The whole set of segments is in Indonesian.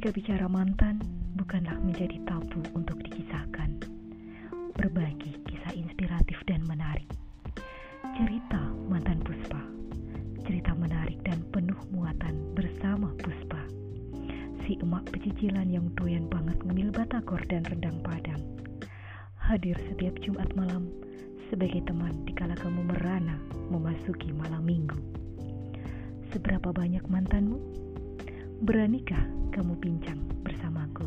Ketika bicara mantan, bukanlah menjadi tabu untuk dikisahkan. Berbagi kisah inspiratif dan menarik. Cerita mantan Puspa. Cerita menarik dan penuh muatan bersama Puspa. Si emak pecicilan yang doyan banget ngemil batagor dan rendang Padang. Hadir setiap Jumat malam sebagai teman dikala kamu merana memasuki malam minggu. Seberapa banyak mantanmu? Beranikah kamu bincang bersamaku?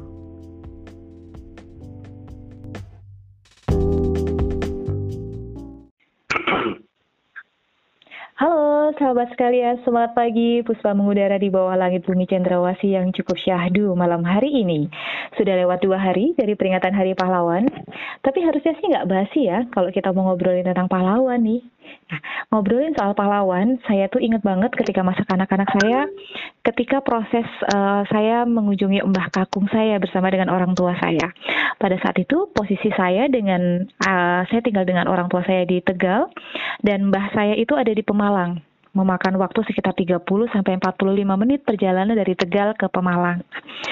Halo sahabat sekalian, semangat pagi. Puspa mengudara di bawah langit bumi cendrawasih yang cukup syahdu malam hari ini. Sudah lewat 2 hari dari peringatan Hari Pahlawan. Tapi harusnya sih nggak basi ya kalau kita mau ngobrolin tentang pahlawan nih. Nah, ngobrolin soal pahlawan, saya tuh inget banget ketika masa kanak-kanak saya, ketika proses saya mengunjungi mbah kakung saya bersama dengan orang tua saya. Pada saat itu posisi saya saya tinggal dengan orang tua saya di Tegal dan mbah saya itu ada di Pemalang. Memakan waktu sekitar 30 sampai 45 menit perjalanan dari Tegal ke Pemalang.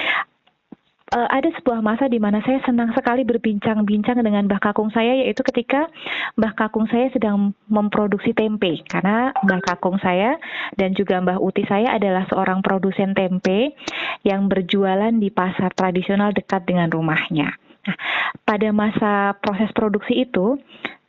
Ada sebuah masa di mana saya senang sekali berbincang-bincang dengan mbah kakung saya, yaitu ketika mbah kakung saya sedang memproduksi tempe. Karena mbah kakung saya dan juga mbah uti saya adalah seorang produsen tempe yang berjualan di pasar tradisional dekat dengan rumahnya. Nah, pada masa proses produksi itu,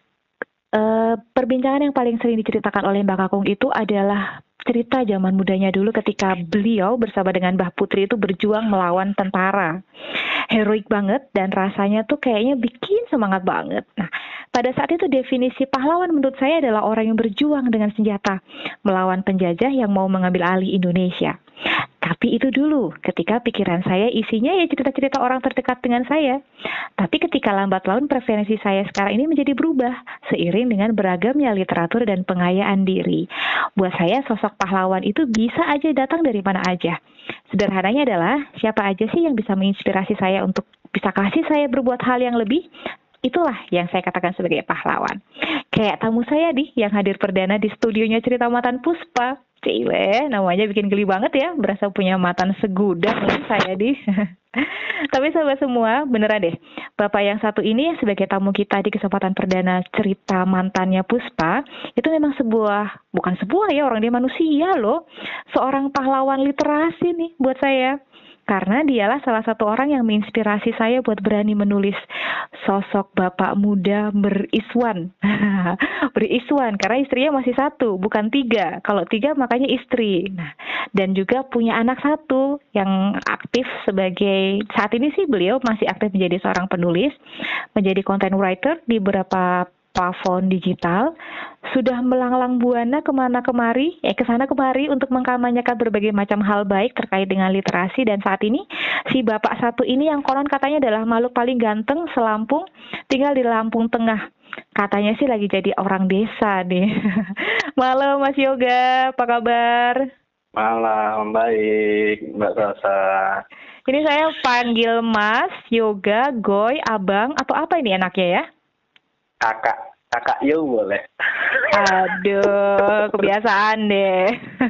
perbincangan yang paling sering diceritakan oleh mbah kakung itu adalah cerita zaman mudanya dulu ketika beliau bersama dengan Mbah Putri itu berjuang melawan tentara. Heroik banget dan rasanya tuh kayaknya bikin semangat banget. Nah, pada saat itu definisi pahlawan menurut saya adalah orang yang berjuang dengan senjata melawan penjajah yang mau mengambil alih Indonesia. Tapi itu dulu, ketika pikiran saya isinya ya cerita-cerita orang terdekat dengan saya. Tapi ketika lambat laun preferensi saya sekarang ini menjadi berubah, seiring dengan beragamnya literatur dan pengayaan diri. Buat saya sosok pahlawan itu bisa aja datang dari mana aja. Sederhananya adalah, siapa aja sih yang bisa menginspirasi saya untuk bisa kasih saya berbuat hal yang lebih? Itulah yang saya katakan sebagai pahlawan. Kayak tamu saya nih, yang hadir perdana di studionya Cerita Mantan Puspa. Cile, namanya bikin geli banget ya, berasa punya mantan segudang nih saya di. Tapi sahabat semua, beneran deh, Bapak yang satu ini sebagai tamu kita di kesempatan perdana Cerita Mantannya Puspa, itu memang bukan sebuah ya, orang dia manusia loh, seorang pahlawan literasi nih buat saya. Karena dialah salah satu orang yang menginspirasi saya buat berani menulis sosok bapak muda beriswan. Beriswan, karena istrinya masih 1, bukan 3. Kalau 3 makanya istri. Nah, dan juga punya anak 1 yang aktif sebagai, saat ini sih beliau masih aktif menjadi seorang penulis, menjadi content writer di beberapa platform digital, sudah melanglang buana kesana kemari untuk mengkampanyekan berbagai macam hal baik terkait dengan literasi. Dan saat ini si bapak 1 ini yang konon katanya adalah makhluk paling ganteng selampung, tinggal di Lampung Tengah. Katanya sih lagi jadi orang desa nih. Malam Mas Yoga, apa kabar? Malam, baik Mbak Rosa. Ini saya panggil Mas, Yoga, Goy, Abang, atau apa ini enaknya ya? Kakak Yu boleh. Aduh, kebiasaan deh.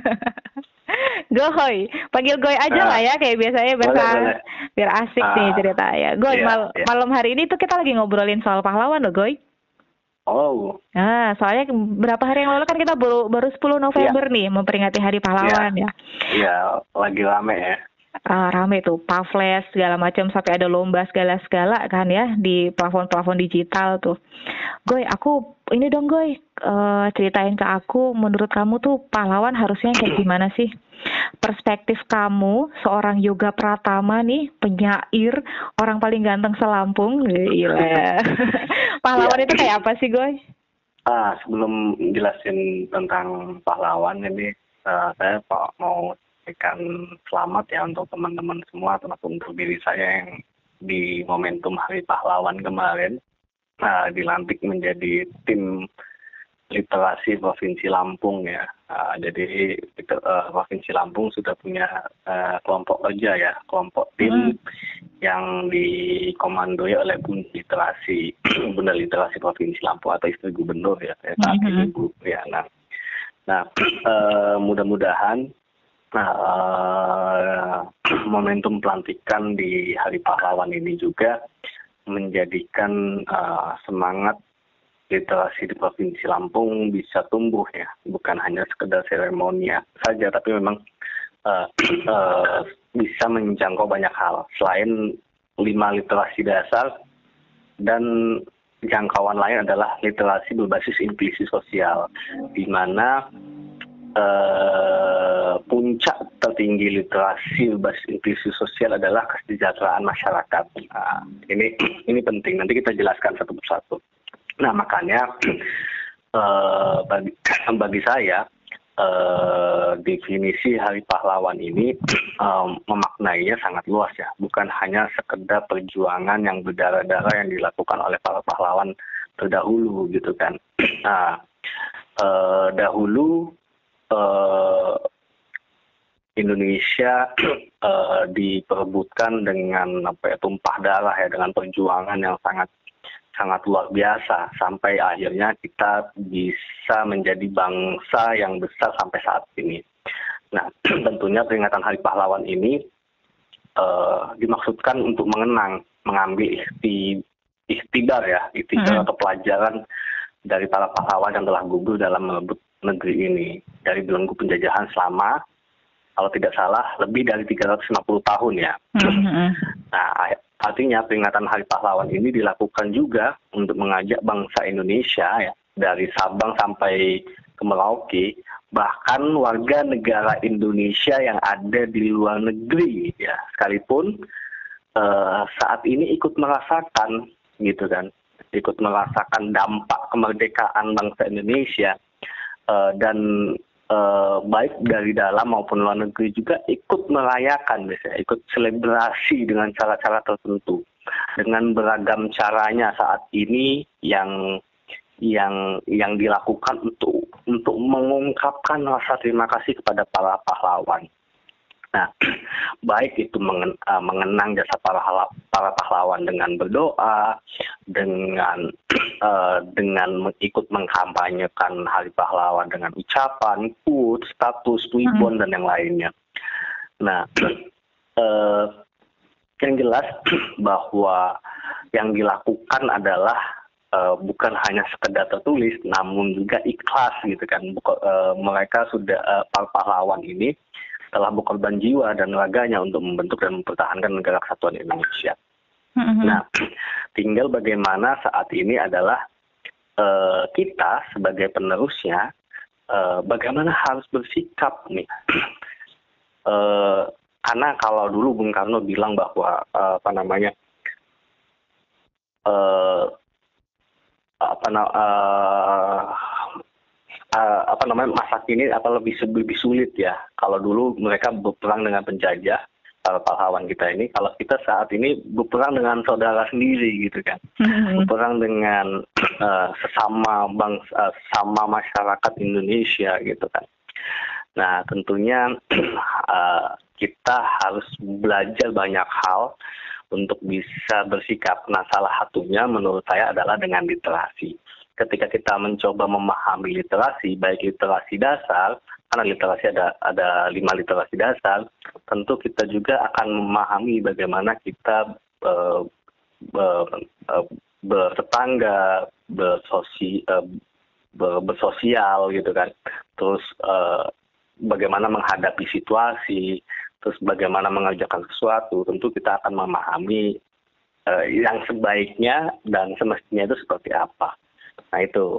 Goy, panggil Goy aja lah ya, kayak biasanya boleh. Biar asik nih cerita ya. Goy, iya. malam hari ini tuh kita lagi ngobrolin soal pahlawan loh, Goy. Oh. Nah, soalnya berapa hari yang lalu kan kita baru 10 November nih memperingati Hari Pahlawan ya. Iya, lagi rame ya. Rame tuh, pamflet segala macam sampai ada lomba segala kan ya di plafon digital tuh. Goy, ini dong Goy, ceritain ke aku, menurut kamu tuh pahlawan harusnya kayak gimana sih? Perspektif kamu, seorang Yoga Pratama nih, penyair, orang paling ganteng selampung, gila. Pahlawan itu kayak apa sih Goy? Sebelum jelasin tentang pahlawan ini, saya mau berikan selamat ya untuk teman-teman semua, termasuk untuk diri saya yang di momentum Hari Pahlawan kemarin dilantik menjadi tim literasi Provinsi Lampung ya. Jadi Provinsi Lampung sudah punya kelompok kerja ya, kelompok tim yang dikomandoi oleh Bunda Literasi Bunda Literasi Provinsi Lampung atau istri gubernur ya saat ini Bu ya. Nah mudah-mudahan Nah, momentum pelantikan di Hari Pahlawan ini juga menjadikan semangat literasi di Provinsi Lampung bisa tumbuh ya, bukan hanya sekedar seremoni saja, tapi memang bisa menjangkau banyak hal. Selain 5 literasi dasar dan jangkauan lain adalah literasi berbasis inklusi sosial, di mana puncak tertinggi literasi berbasis inklusi sosial adalah kesejahteraan masyarakat. Nah, ini penting. Nanti kita jelaskan satu persatu. Nah, makanya bagi saya definisi Hari Pahlawan ini memaknainya sangat luas ya. Bukan hanya sekedar perjuangan yang berdarah-darah yang dilakukan oleh para pahlawan terdahulu gitu kan. Nah, dahulu Indonesia diperebutkan dengan tumpah darah ya, dengan perjuangan yang sangat luar biasa sampai akhirnya kita bisa menjadi bangsa yang besar sampai saat ini. Nah, tentunya peringatan Hari Pahlawan ini dimaksudkan untuk mengambil ikhtibar atau pelajaran dari para pahlawan yang telah gugur dalam merebut negeri ini dari belenggu penjajahan selama, kalau tidak salah, lebih dari 350 tahun ya. Nah, artinya peringatan Hari Pahlawan ini dilakukan juga untuk mengajak bangsa Indonesia ya, dari Sabang sampai ke Merauke, bahkan warga negara Indonesia yang ada di luar negeri ya, sekalipun saat ini ikut merasakan gitu kan, ikut merasakan dampak kemerdekaan bangsa Indonesia, dan baik dari dalam maupun luar negeri juga ikut merayakan, misalnya ikut selebrasi dengan cara-cara tertentu, dengan beragam caranya saat ini yang dilakukan untuk mengungkapkan rasa terima kasih kepada para pahlawan. Nah, baik itu mengenang jasa para pahlawan dengan berdoa, dengan ikut mengkampanyekan Hari Pahlawan dengan ucapan, quote, status, tweetbon, dan yang lainnya. Nah, yang jelas bahwa yang dilakukan adalah bukan hanya sekedar tertulis, namun juga ikhlas gitu kan. Mereka sudah para pahlawan ini telah berkorban jiwa dan raganya untuk membentuk dan mempertahankan negara kesatuan Indonesia. Nah, tinggal bagaimana saat ini adalah kita sebagai penerusnya, bagaimana harus bersikap nih. Karena kalau dulu Bung Karno bilang bahwa masa kini lebih sulit ya. Kalau dulu mereka berperang dengan penjajah, para pahlawan kita ini. Kalau kita saat ini berperang dengan saudara sendiri gitu kan, berperang dengan sama masyarakat Indonesia gitu kan. Nah, tentunya kita harus belajar banyak hal untuk bisa bersikap. Nah, salah satunya menurut saya adalah dengan literasi. Ketika kita mencoba memahami literasi, baik literasi dasar, karena literasi ada 5 literasi dasar, tentu kita juga akan memahami bagaimana kita bertetangga, bersosial gitu kan, terus bagaimana menghadapi situasi, terus bagaimana mengerjakan sesuatu. Tentu kita akan memahami yang sebaiknya dan semestinya itu seperti apa. Nah itu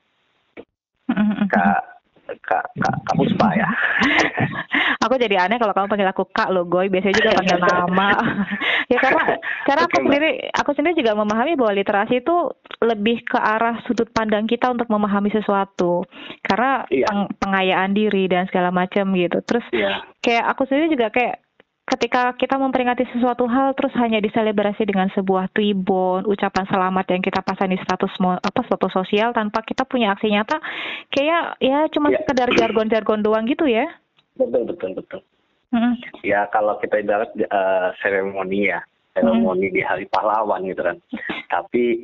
Kak Puspa ya. Aku jadi aneh kalau kamu panggil aku Kak loh, Goy. Biasanya juga panggil nama. Ya karena aku sendiri juga memahami bahwa literasi itu lebih ke arah sudut pandang kita untuk memahami sesuatu. Karena pengayaan diri dan segala macam gitu. Terus kayak aku sendiri juga kayak ketika kita memperingati sesuatu hal terus hanya diselebrasi dengan sebuah tweetbon, ucapan selamat yang kita pasang di status sosial tanpa kita punya aksi nyata, kayak ya cuma sekedar jargon-jargon doang gitu ya. Betul. Ya kalau kita ibarat seremoni di Hari Pahlawan gitu kan. Tapi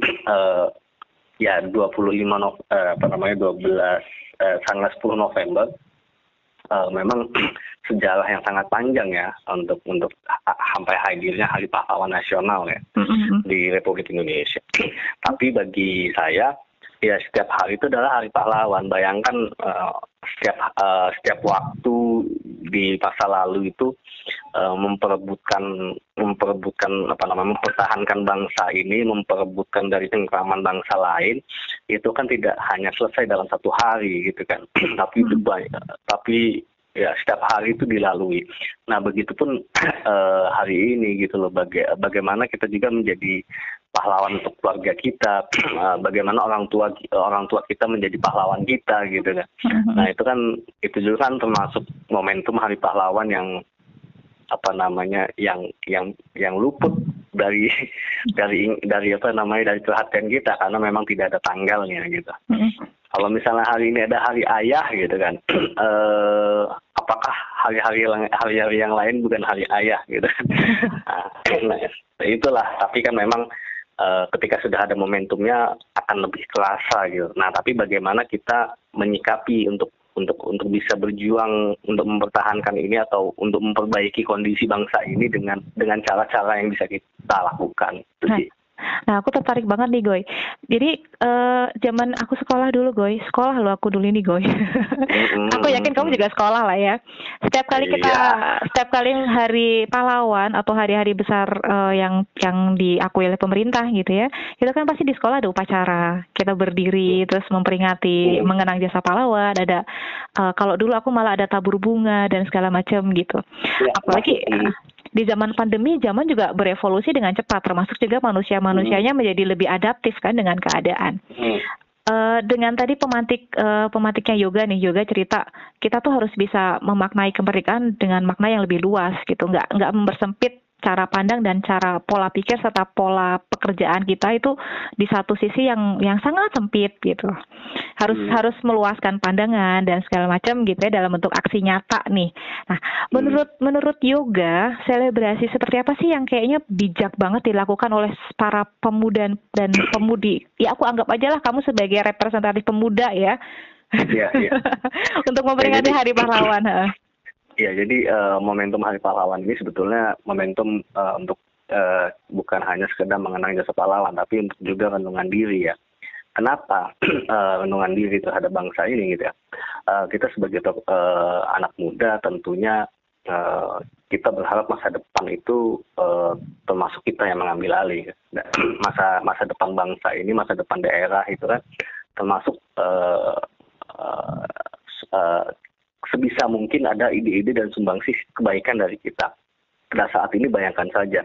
tanggal 10 November memang sejarah yang sangat panjang ya untuk sampai hadirnya Hari Pahlawan Nasional ya di Republik Indonesia. Tapi bagi saya ya setiap hari itu adalah Hari Pahlawan. Bayangkan setiap waktu di masa lalu itu memperebutkan mempertahankan bangsa ini, memperebutkan dari cengkraman bangsa lain, itu kan tidak hanya selesai dalam satu hari gitu kan. tapi ya setiap hari itu dilalui. Nah begitupun hari ini gitu loh, bagaimana kita juga menjadi pahlawan untuk keluarga kita, bagaimana orang tua kita menjadi pahlawan kita gitu kan. Nah itu juga kan termasuk momentum Hari Pahlawan yang yang luput dari perhatian kita karena memang tidak ada tanggalnya gitu. Kalau misalnya hari ini ada Hari Ayah gitu kan, apakah hari-hari yang lain bukan Hari Ayah gitu? Nah, itulah. Tapi kan memang ketika sudah ada momentumnya akan lebih kerasa gitu. Nah, tapi bagaimana kita menyikapi untuk bisa berjuang untuk mempertahankan ini atau untuk memperbaiki kondisi bangsa ini dengan cara-cara yang bisa kita lakukan. Itu sih. Nah, aku tertarik banget nih, Goy. Jadi, zaman aku sekolah dulu, Goy. Sekolah lo aku dulu ini, Goy. Aku yakin kamu juga sekolah lah ya. Setiap kali Hari Pahlawan atau hari-hari besar yang diakui oleh pemerintah gitu ya, itu kan pasti di sekolah ada upacara. Kita berdiri, terus memperingati, mengenang jasa pahlawan. Ada, kalau dulu aku malah ada tabur bunga dan segala macam gitu. Ya, apalagi di zaman pandemi, zaman juga berevolusi dengan cepat, termasuk juga manusianya menjadi lebih adaptif kan dengan keadaan. Dengan tadi pemantiknya Yoga cerita, kita tuh harus bisa memaknai kemerdekaan dengan makna yang lebih luas gitu, nggak mempersempit cara pandang dan cara pola pikir serta pola pekerjaan kita itu di satu sisi yang sangat sempit gitu. Harus meluaskan pandangan dan segala macam gitu ya dalam bentuk aksi nyata nih. Nah, menurut Yoga, selebrasi seperti apa sih yang kayaknya bijak banget dilakukan oleh para pemuda dan pemudi? Ya aku anggap aja lah kamu sebagai representatif pemuda ya. Iya. Untuk memperingati Hari Pahlawan. Ya, jadi momentum Hari Pahlawan ini sebetulnya momentum untuk bukan hanya sekedar mengenang jasa pahlawan, tapi untuk juga renungan diri ya. Kenapa renungan diri terhadap bangsa ini gitu ya? Kita sebagai anak muda tentunya kita berharap masa depan itu termasuk kita yang mengambil alih. Masa depan bangsa ini, masa depan daerah itu kan termasuk sebisa mungkin ada ide-ide dan sumbangsih kebaikan dari kita. Pada saat ini bayangkan saja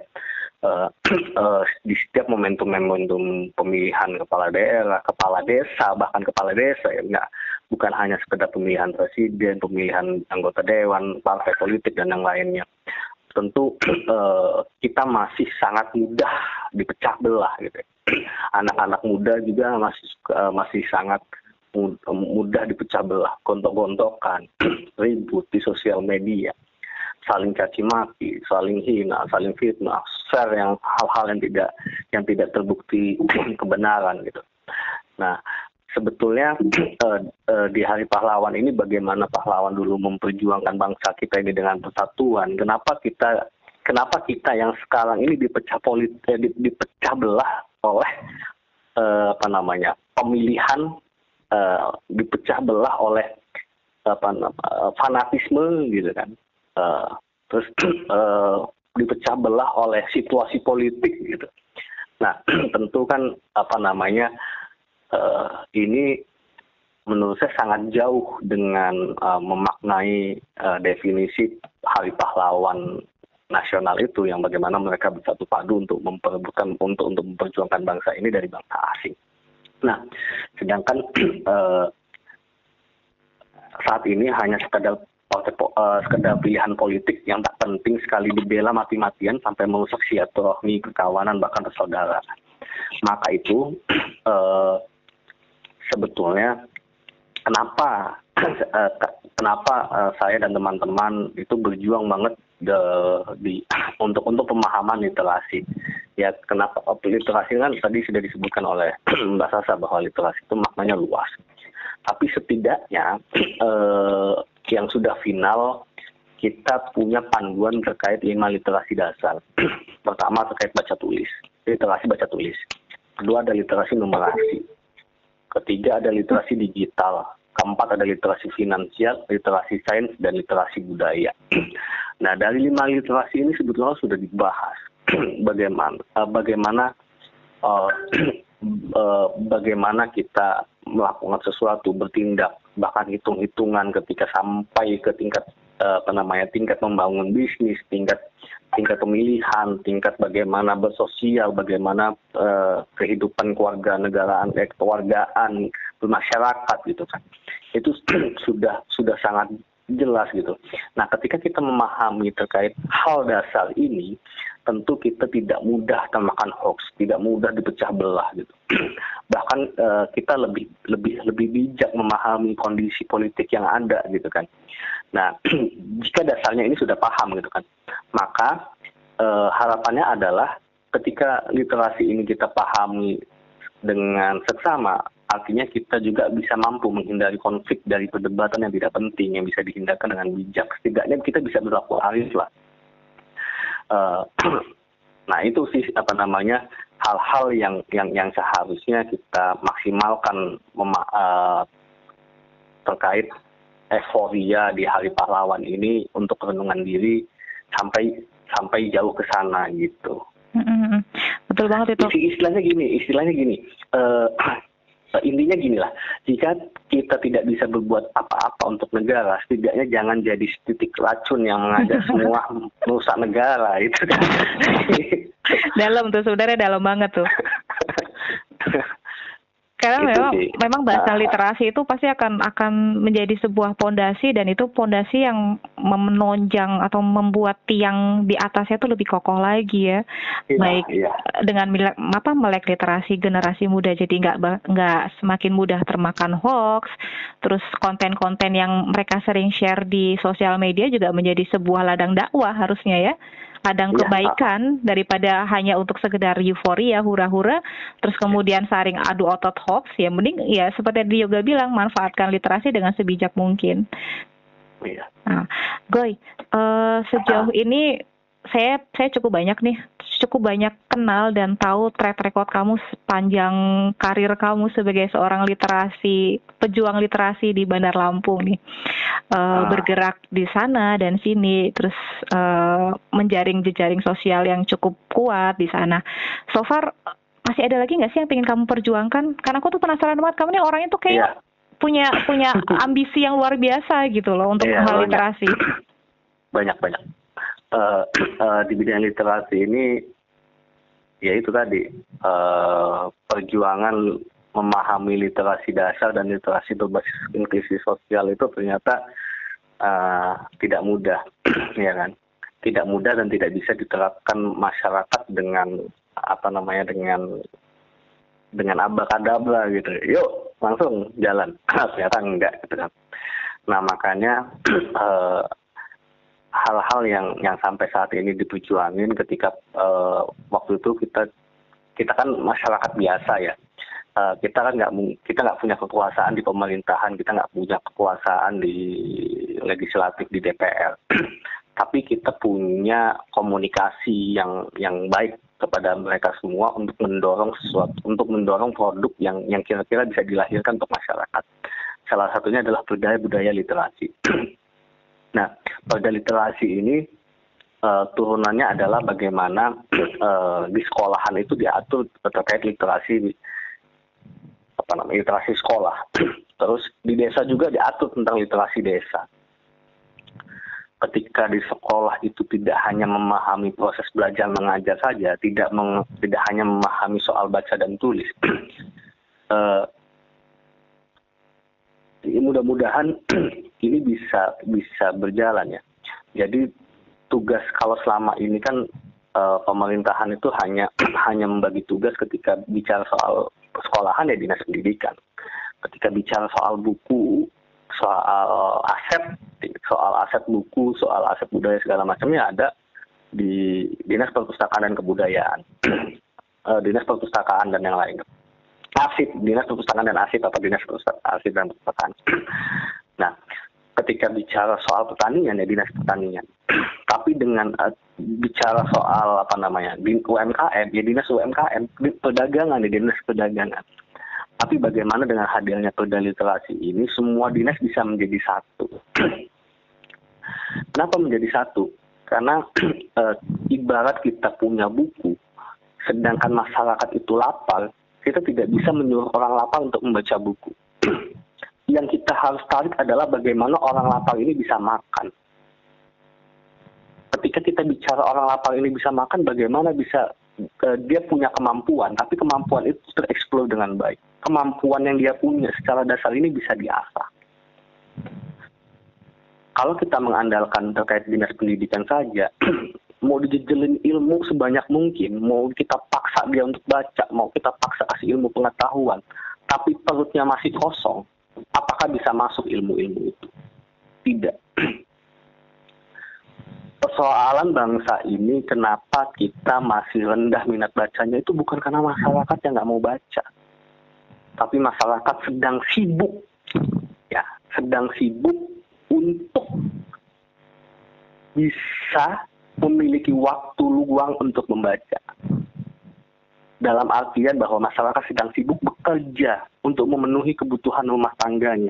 di setiap momentum pemilihan kepala daerah, kepala desa, bahkan kepala desa ya, bukan hanya sekedar pemilihan presiden, pemilihan anggota dewan, partai politik dan yang lainnya. Tentu kita masih sangat mudah dipecah belah gitu. Anak-anak muda juga masih sangat mudah dipecah belah, gontok-gontokan, ribut di sosial media, saling caci maki, saling hina, saling fitnah, share yang hal-hal yang tidak terbukti kebenaran gitu. Nah, sebetulnya di Hari Pahlawan ini bagaimana pahlawan dulu memperjuangkan bangsa kita ini dengan persatuan. Kenapa kita yang sekarang ini dipecah belah oleh pemilihan, dipecah belah oleh fanatisme gitu kan, terus dipecah belah oleh situasi politik gitu. Nah, tentu kan ini menurut saya sangat jauh dengan memaknai definisi Hari Pahlawan Nasional itu, yang bagaimana mereka bersatu padu untuk memperebutkan, untuk memperjuangkan bangsa ini dari bangsa asing. Nah, sedangkan saat ini hanya sekedar pilihan politik yang tak penting sekali dibela mati-matian sampai merusak silaturahmi, perkawanan, bahkan persaudaraan. Maka itu sebetulnya kenapa saya dan teman-teman itu berjuang banget untuk pemahaman literasi. Ya, kenapa literasi kan tadi sudah disebutkan oleh Mbak Sasa bahwa literasi itu maknanya luas. Tapi setidaknya yang sudah final, kita punya panduan terkait 5 literasi dasar. Pertama terkait baca tulis, literasi baca tulis. Kedua ada literasi numerasi. Ketiga ada literasi digital. Keempat ada literasi finansial, literasi sains, dan literasi budaya. Nah, dari 5 literasi ini sebetulnya sudah dibahas bagaimana kita melakukan sesuatu, bertindak, bahkan hitung-hitungan ketika sampai ke tingkat tingkat membangun bisnis, tingkat pemilihan, tingkat bagaimana bersosial, bagaimana kehidupan kewargaan, bermasyarakat gitu kan. Itu sudah sangat jelas gitu. Nah, ketika kita memahami terkait hal dasar ini, tentu kita tidak mudah termakan hoax, tidak mudah dipecah belah gitu. Bahkan kita lebih bijak memahami kondisi politik yang ada gitu kan. Nah, jika dasarnya ini sudah paham gitu kan, maka harapannya adalah ketika literasi ini kita pahami dengan seksama, artinya kita juga bisa mampu menghindari konflik dari perdebatan yang tidak penting, yang bisa dihindarkan dengan bijak. Setidaknya kita bisa berlaku arif lah. Nah, itu sih hal-hal yang seharusnya kita maksimalkan terkait euforia di Hari Pahlawan ini untuk renungan diri sampai jauh ke sana gitu. Betul banget itu. Istilahnya gini. Intinya gini lah, jika kita tidak bisa berbuat apa-apa untuk negara, setidaknya jangan jadi titik racun yang mengajak semua merusak negara, itu kan. Dalam tuh, sebenarnya dalam banget tuh. Karena memang bahasa literasi itu pasti akan menjadi sebuah pondasi, dan itu pondasi yang menonjang atau membuat tiang di atasnya itu lebih kokoh lagi ya. Baik dengan melek literasi generasi muda, jadi nggak semakin mudah termakan hoax. Terus konten-konten yang mereka sering share di sosial media juga menjadi sebuah ladang dakwah harusnya ya. Ladang kebaikan, daripada hanya untuk sekedar euforia, hura-hura, terus kemudian saring adu otot hoax, ya mending ya seperti yang Yoga bilang, manfaatkan literasi dengan sebijak mungkin. Nah, Goy, sejauh ini saya cukup banyak kenal dan tahu track record kamu sepanjang karir kamu sebagai seorang pejuang literasi di Bandar Lampung nih. Bergerak di sana dan sini, terus menjaring jejaring sosial yang cukup kuat di sana. So far masih ada lagi nggak sih yang pengen kamu perjuangkan? Karena aku tuh penasaran banget, kamu nih orangnya tuh kayak punya ambisi yang luar biasa gitu loh untuk hal literasi. Banyak. Di bidang literasi ini, ya itu tadi, perjuangan memahami literasi dasar dan literasi berbasis inklusi sosial itu ternyata tidak mudah, ya kan? Tidak mudah dan tidak bisa diterapkan masyarakat dengan dengan abrakadabra gitu. Yuk langsung jalan, ternyata enggak gitu kan. Nah, makanya hal-hal yang sampai saat ini diperjuangin ketika waktu itu kita kan masyarakat biasa ya. Kita nggak punya kekuasaan di pemerintahan, kita nggak punya kekuasaan di legislatif, di DPR. Tapi kita punya komunikasi yang baik kepada mereka semua untuk mendorong produk yang kira-kira bisa dilahirkan untuk masyarakat. Salah satunya adalah budaya literasi. Nah, pada literasi ini turunannya adalah bagaimana di sekolahan itu diatur terkait literasi sekolah. Terus di desa juga diatur tentang literasi desa. Ketika di sekolah itu tidak hanya memahami proses belajar mengajar saja, tidak hanya memahami soal baca dan tulis. Mudah-mudahan ini bisa berjalan ya. Jadi tugas, kalau selama ini kan pemerintahan itu hanya membagi tugas ketika bicara soal sekolahan ya dinas pendidikan. Ketika bicara soal buku, soal aset buku, soal aset budaya segala macamnya ada di Dinas Perpustakaan dan Kebudayaan, Dinas Perpustakaan dan yang lain. Dinas Perpustakaan dan Arsip atau Dinas Arsip dan Perpustakaan. Nah, ketika bicara soal pertanian ya dinas pertanian. Tapi dengan bicara soal apa namanya UMKM ya dinas UMKM, perdagangan ya dinas perdagangan. Tapi bagaimana dengan hadirnya perda literasi ini semua dinas bisa menjadi satu. Kenapa menjadi satu? Karena ibarat kita punya buku, sedangkan masyarakat itu lapar, kita tidak bisa menyuruh orang lapar untuk membaca buku. Yang kita harus tarik adalah bagaimana orang lapar ini bisa makan. Ketika kita bicara orang lapar ini bisa makan, bagaimana bisa dia punya kemampuan, tapi kemampuan itu tereksplor dengan baik. Kemampuan yang dia punya secara dasar ini bisa diasah. Kalau kita mengandalkan terkait dinas pendidikan saja, mau dijejelin ilmu sebanyak mungkin, mau kita paksa dia untuk baca, mau kita paksa kasih ilmu pengetahuan, tapi perutnya masih kosong, apakah bisa masuk ilmu-ilmu itu? Tidak. Persoalan bangsa ini kenapa kita masih rendah minat bacanya itu bukan karena masyarakat yang nggak mau baca, tapi masyarakat sedang sibuk, ya, sedang sibuk untuk bisa memiliki waktu luang untuk membaca. Dalam artian bahwa masyarakat sedang sibuk bekerja untuk memenuhi kebutuhan rumah tangganya.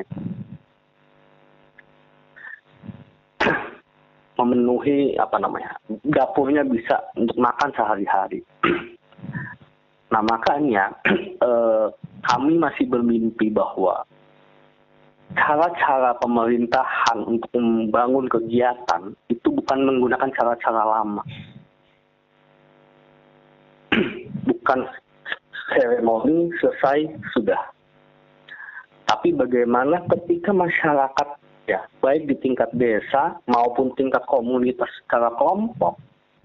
Memenuhi dapurnya bisa untuk makan sehari-hari. Nah makanya kami masih bermimpi bahwa cara-cara pemerintahan untuk membangun kegiatan itu bukan menggunakan cara-cara lama. Bukan seremoni selesai sudah. Tapi bagaimana ketika masyarakat ya, baik di tingkat desa maupun tingkat komunitas secara kelompok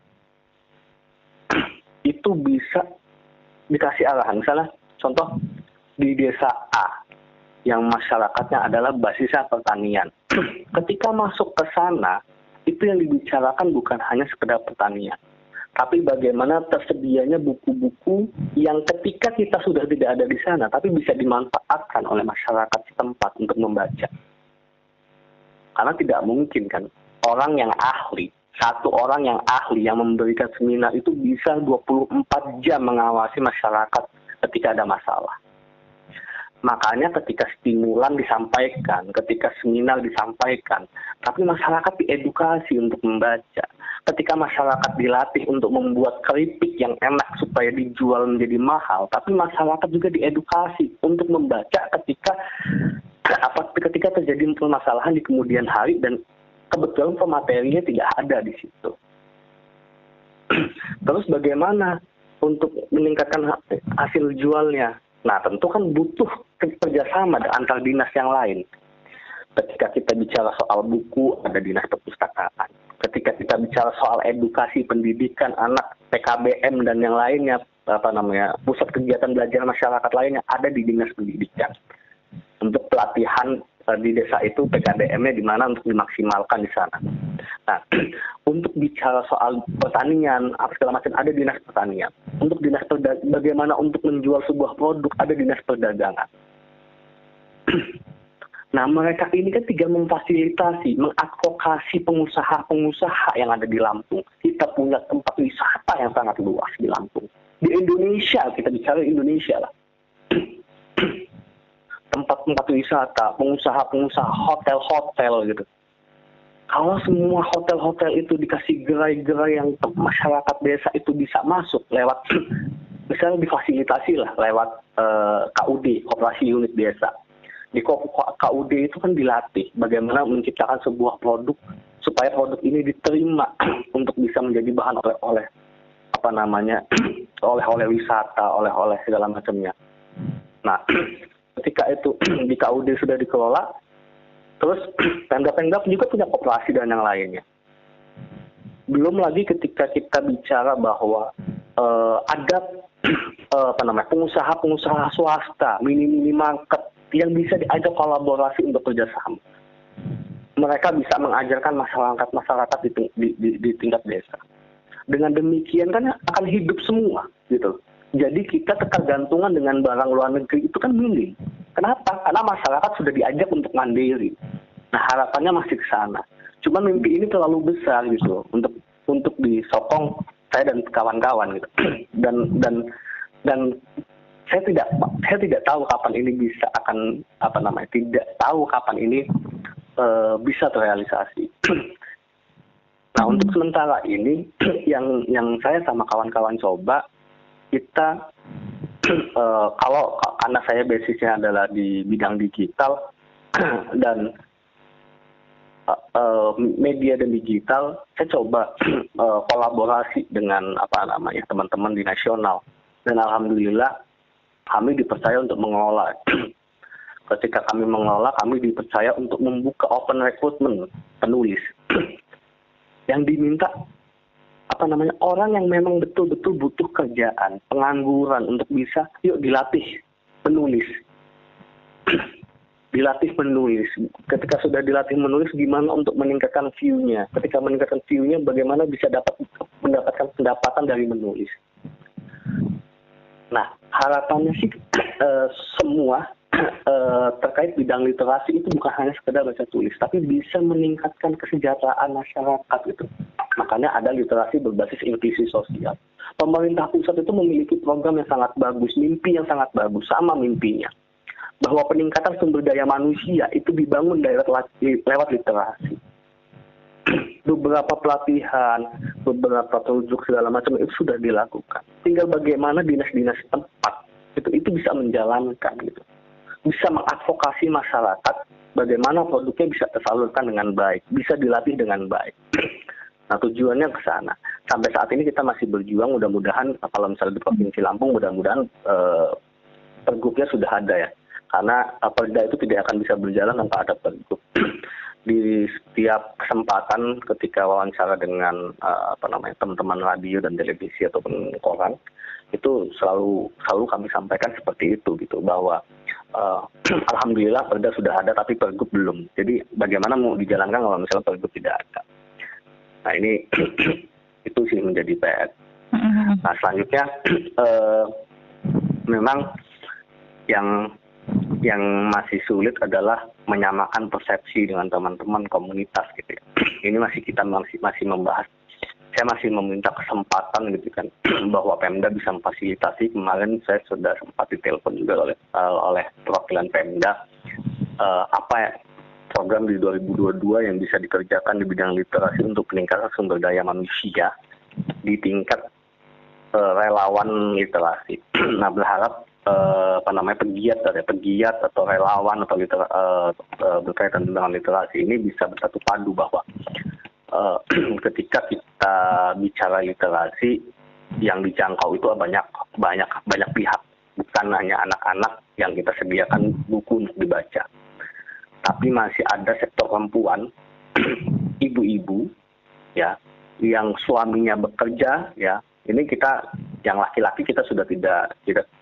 itu bisa dikasih arahan. Misalnya contoh di desa A yang masyarakatnya adalah basisnya pertanian. Ketika masuk ke sana, itu yang dibicarakan bukan hanya sekedar pertanian, tapi bagaimana tersedianya buku-buku yang ketika kita sudah tidak ada di sana, tapi bisa dimanfaatkan oleh masyarakat setempat untuk membaca. Karena tidak mungkin kan orang yang ahli, satu orang yang ahli yang memberikan seminar itu bisa 24 jam mengawasi masyarakat ketika ada masalah. Makanya ketika stimulan disampaikan, ketika seminar disampaikan, tapi masyarakat diedukasi untuk membaca. Ketika masyarakat dilatih untuk membuat keripik yang enak supaya dijual menjadi mahal, tapi masyarakat juga diedukasi untuk membaca ketika terjadi permasalahan di kemudian hari dan kebetulan pematerinya tidak ada di situ. Terus bagaimana untuk meningkatkan hasil jualnya? Nah tentu kan butuh kerjasama antar dinas yang lain. Ketika kita bicara soal buku, ada dinas perpustakaan. Ketika kita bicara soal edukasi pendidikan anak, PKBM dan yang lainnya, pusat kegiatan belajar masyarakat lainnya ada di dinas pendidikan. Untuk pelatihan di desa itu PKDM-nya di mana untuk dimaksimalkan di sana. Nah, untuk bicara soal pertanian, apa segala macam ada dinas pertanian. Untuk dinas bagaimana untuk menjual sebuah produk ada dinas perdagangan. Nah, mereka ini kan tiga memfasilitasi, mengadvokasi pengusaha-pengusaha yang ada di Lampung. Kita punya tempat wisata yang sangat luas di Lampung. Di Indonesia, kita bicara Indonesia lah. Tempat-tempat wisata, pengusaha-pengusaha hotel-hotel gitu. Kalau semua hotel-hotel itu dikasih gerai-gerai yang masyarakat desa itu bisa masuk lewat, misalnya difasilitasi lah lewat KUD, Koperasi Unit Desa. Di KUD itu kan dilatih bagaimana menciptakan sebuah produk supaya produk ini diterima untuk bisa menjadi bahan oleh oleh wisata, oleh segala macamnya. Nah, ketika itu di KUD sudah dikelola, terus Pemda juga punya koperasi dan yang lainnya. Belum lagi ketika kita bicara bahwa ada pengusaha-pengusaha swasta, mini market yang bisa diajak kolaborasi untuk kerjasama. Mereka bisa mengajarkan masyarakat di tingkat desa. Dengan demikian kan akan hidup semua gitu. Jadi kita ketergantungan dengan barang luar negeri itu kan minim. Kenapa? Karena masyarakat sudah diajak untuk mandiri. Nah, harapannya masih ke sana. Cuman mimpi ini terlalu besar gitu untuk disokong saya dan kawan-kawan gitu. dan saya tidak tahu kapan ini bisa akan tidak tahu kapan ini bisa terrealisasi. Nah, untuk sementara ini yang saya sama kawan-kawan coba, kita karena saya basisnya adalah di bidang digital dan media dan digital, saya coba kolaborasi dengan teman-teman di nasional, dan alhamdulillah kami dipercaya untuk mengelola. Ketika kami mengelola, kami dipercaya untuk membuka open recruitment penulis yang diminta orang yang memang betul-betul butuh kerjaan, pengangguran, untuk bisa yuk dilatih menulis. Dilatih menulis. Ketika sudah dilatih menulis, gimana untuk meningkatkan view-nya. Ketika meningkatkan view-nya, bagaimana bisa mendapatkan pendapatan dari menulis. Nah, harapannya sih semua terkait bidang literasi itu bukan hanya sekedar baca tulis, tapi bisa meningkatkan kesejahteraan masyarakat gitu. Makanya ada literasi berbasis inklusi sosial. Pemerintah pusat itu memiliki program yang sangat bagus, mimpi yang sangat bagus, sama mimpinya bahwa peningkatan sumber daya manusia itu dibangun lewat literasi. Beberapa pelatihan, beberapa projuk segala macam itu sudah dilakukan. Tinggal bagaimana dinas-dinas tempat itu bisa menjalankan gitu. Bisa mengadvokasi masyarakat, bagaimana produknya bisa tersalurkan dengan baik, bisa dilatih dengan baik. Nah, tujuannya ke sana. Sampai saat ini kita masih berjuang, mudah-mudahan kalau misalnya di Provinsi Lampung, mudah-mudahan pergubnya sudah ada ya. Karena perda itu tidak akan bisa berjalan tanpa ada pergub. Di setiap kesempatan ketika wawancara dengan teman-teman radio dan televisi ataupun koran, itu selalu kami sampaikan seperti itu gitu, bahwa alhamdulillah perda sudah ada tapi pergub belum. Jadi bagaimana mau dijalankan kalau misalnya pergub tidak ada. Nah, ini itu sih menjadi PR. Nah, selanjutnya memang yang masih sulit adalah menyamakan persepsi dengan teman-teman komunitas gitu ya. Ini kita masih membahas. Saya masih meminta kesempatan gitu kan bahwa Pemda bisa memfasilitasi. Kemarin saya sudah sempat ditelepon juga oleh perwakilan Pemda program di 2022 yang bisa dikerjakan di bidang literasi untuk peningkatan sumber daya manusia di tingkat relawan literasi. Nah, berharap pegiat atau relawan atau berkaitan dengan literasi ini bisa bersatu padu bahwa ketika kita bicara literasi, yang dijangkau itu banyak pihak, bukan hanya anak-anak yang kita sediakan buku untuk dibaca, tapi masih ada sektor perempuan, ibu-ibu ya, yang suaminya bekerja ya. Ini kita yang laki-laki kita sudah tidak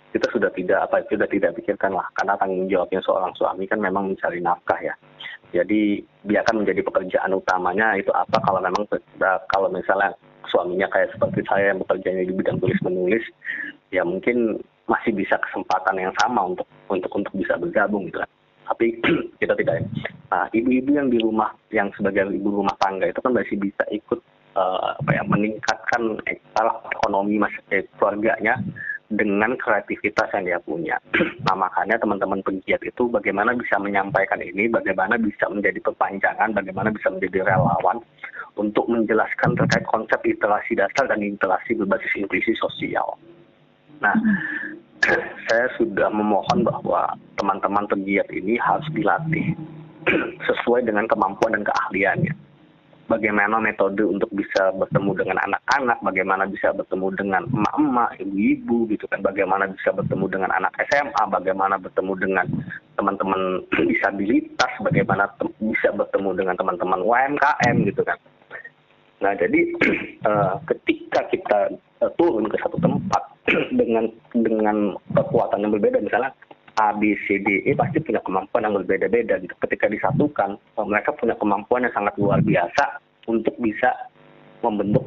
pikirkan lah, karena tanggung jawabnya seorang suami kan memang mencari nafkah ya. Jadi biarkan menjadi pekerjaan utamanya itu apa, kalau misalnya suaminya kayak seperti saya yang bekerjanya di bidang tulis menulis, ya mungkin masih bisa kesempatan yang sama untuk bisa bergabung gitu kan. Tapi kita tidak. Nah, ibu-ibu yang di rumah, yang sebagai ibu rumah tangga itu kan masih bisa ikut meningkatkan ekonomi keluarganya dengan kreativitas yang dia punya. Nah, makanya teman-teman pegiat itu bagaimana bisa menyampaikan ini, bagaimana bisa menjadi perpanjangan, bagaimana bisa menjadi relawan untuk menjelaskan terkait konsep literasi dasar dan literasi berbasis inklusi sosial. Nah, saya sudah memohon bahwa teman-teman pegiat ini harus dilatih sesuai dengan kemampuan dan keahliannya. Bagaimana metode untuk bisa bertemu dengan anak-anak, bagaimana bisa bertemu dengan emak-emak, ibu-ibu gitu kan, bagaimana bisa bertemu dengan anak SMA, bagaimana bertemu dengan teman-teman disabilitas, bagaimana bisa bertemu dengan teman-teman UMKM gitu kan. Nah, jadi ketika kita turun ke satu tempat dengan kekuatan yang berbeda, misalnya A, B, C, D, E pasti punya kemampuan yang berbeda-beda gitu. Ketika disatukan, mereka punya kemampuan yang sangat luar biasa untuk bisa membentuk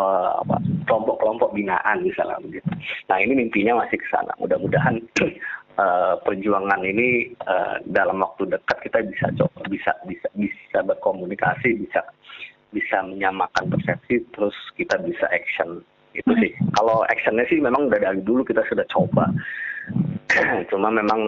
kelompok-kelompok binaan misalnya begitu. Nah, ini mimpinya masih ke sana. Mudah-mudahan perjuangan ini dalam waktu dekat kita bisa berkomunikasi, bisa menyamakan persepsi, terus kita bisa action. Itu sih. Kalau actionnya sih memang udah dari dulu kita sudah coba. Cuma memang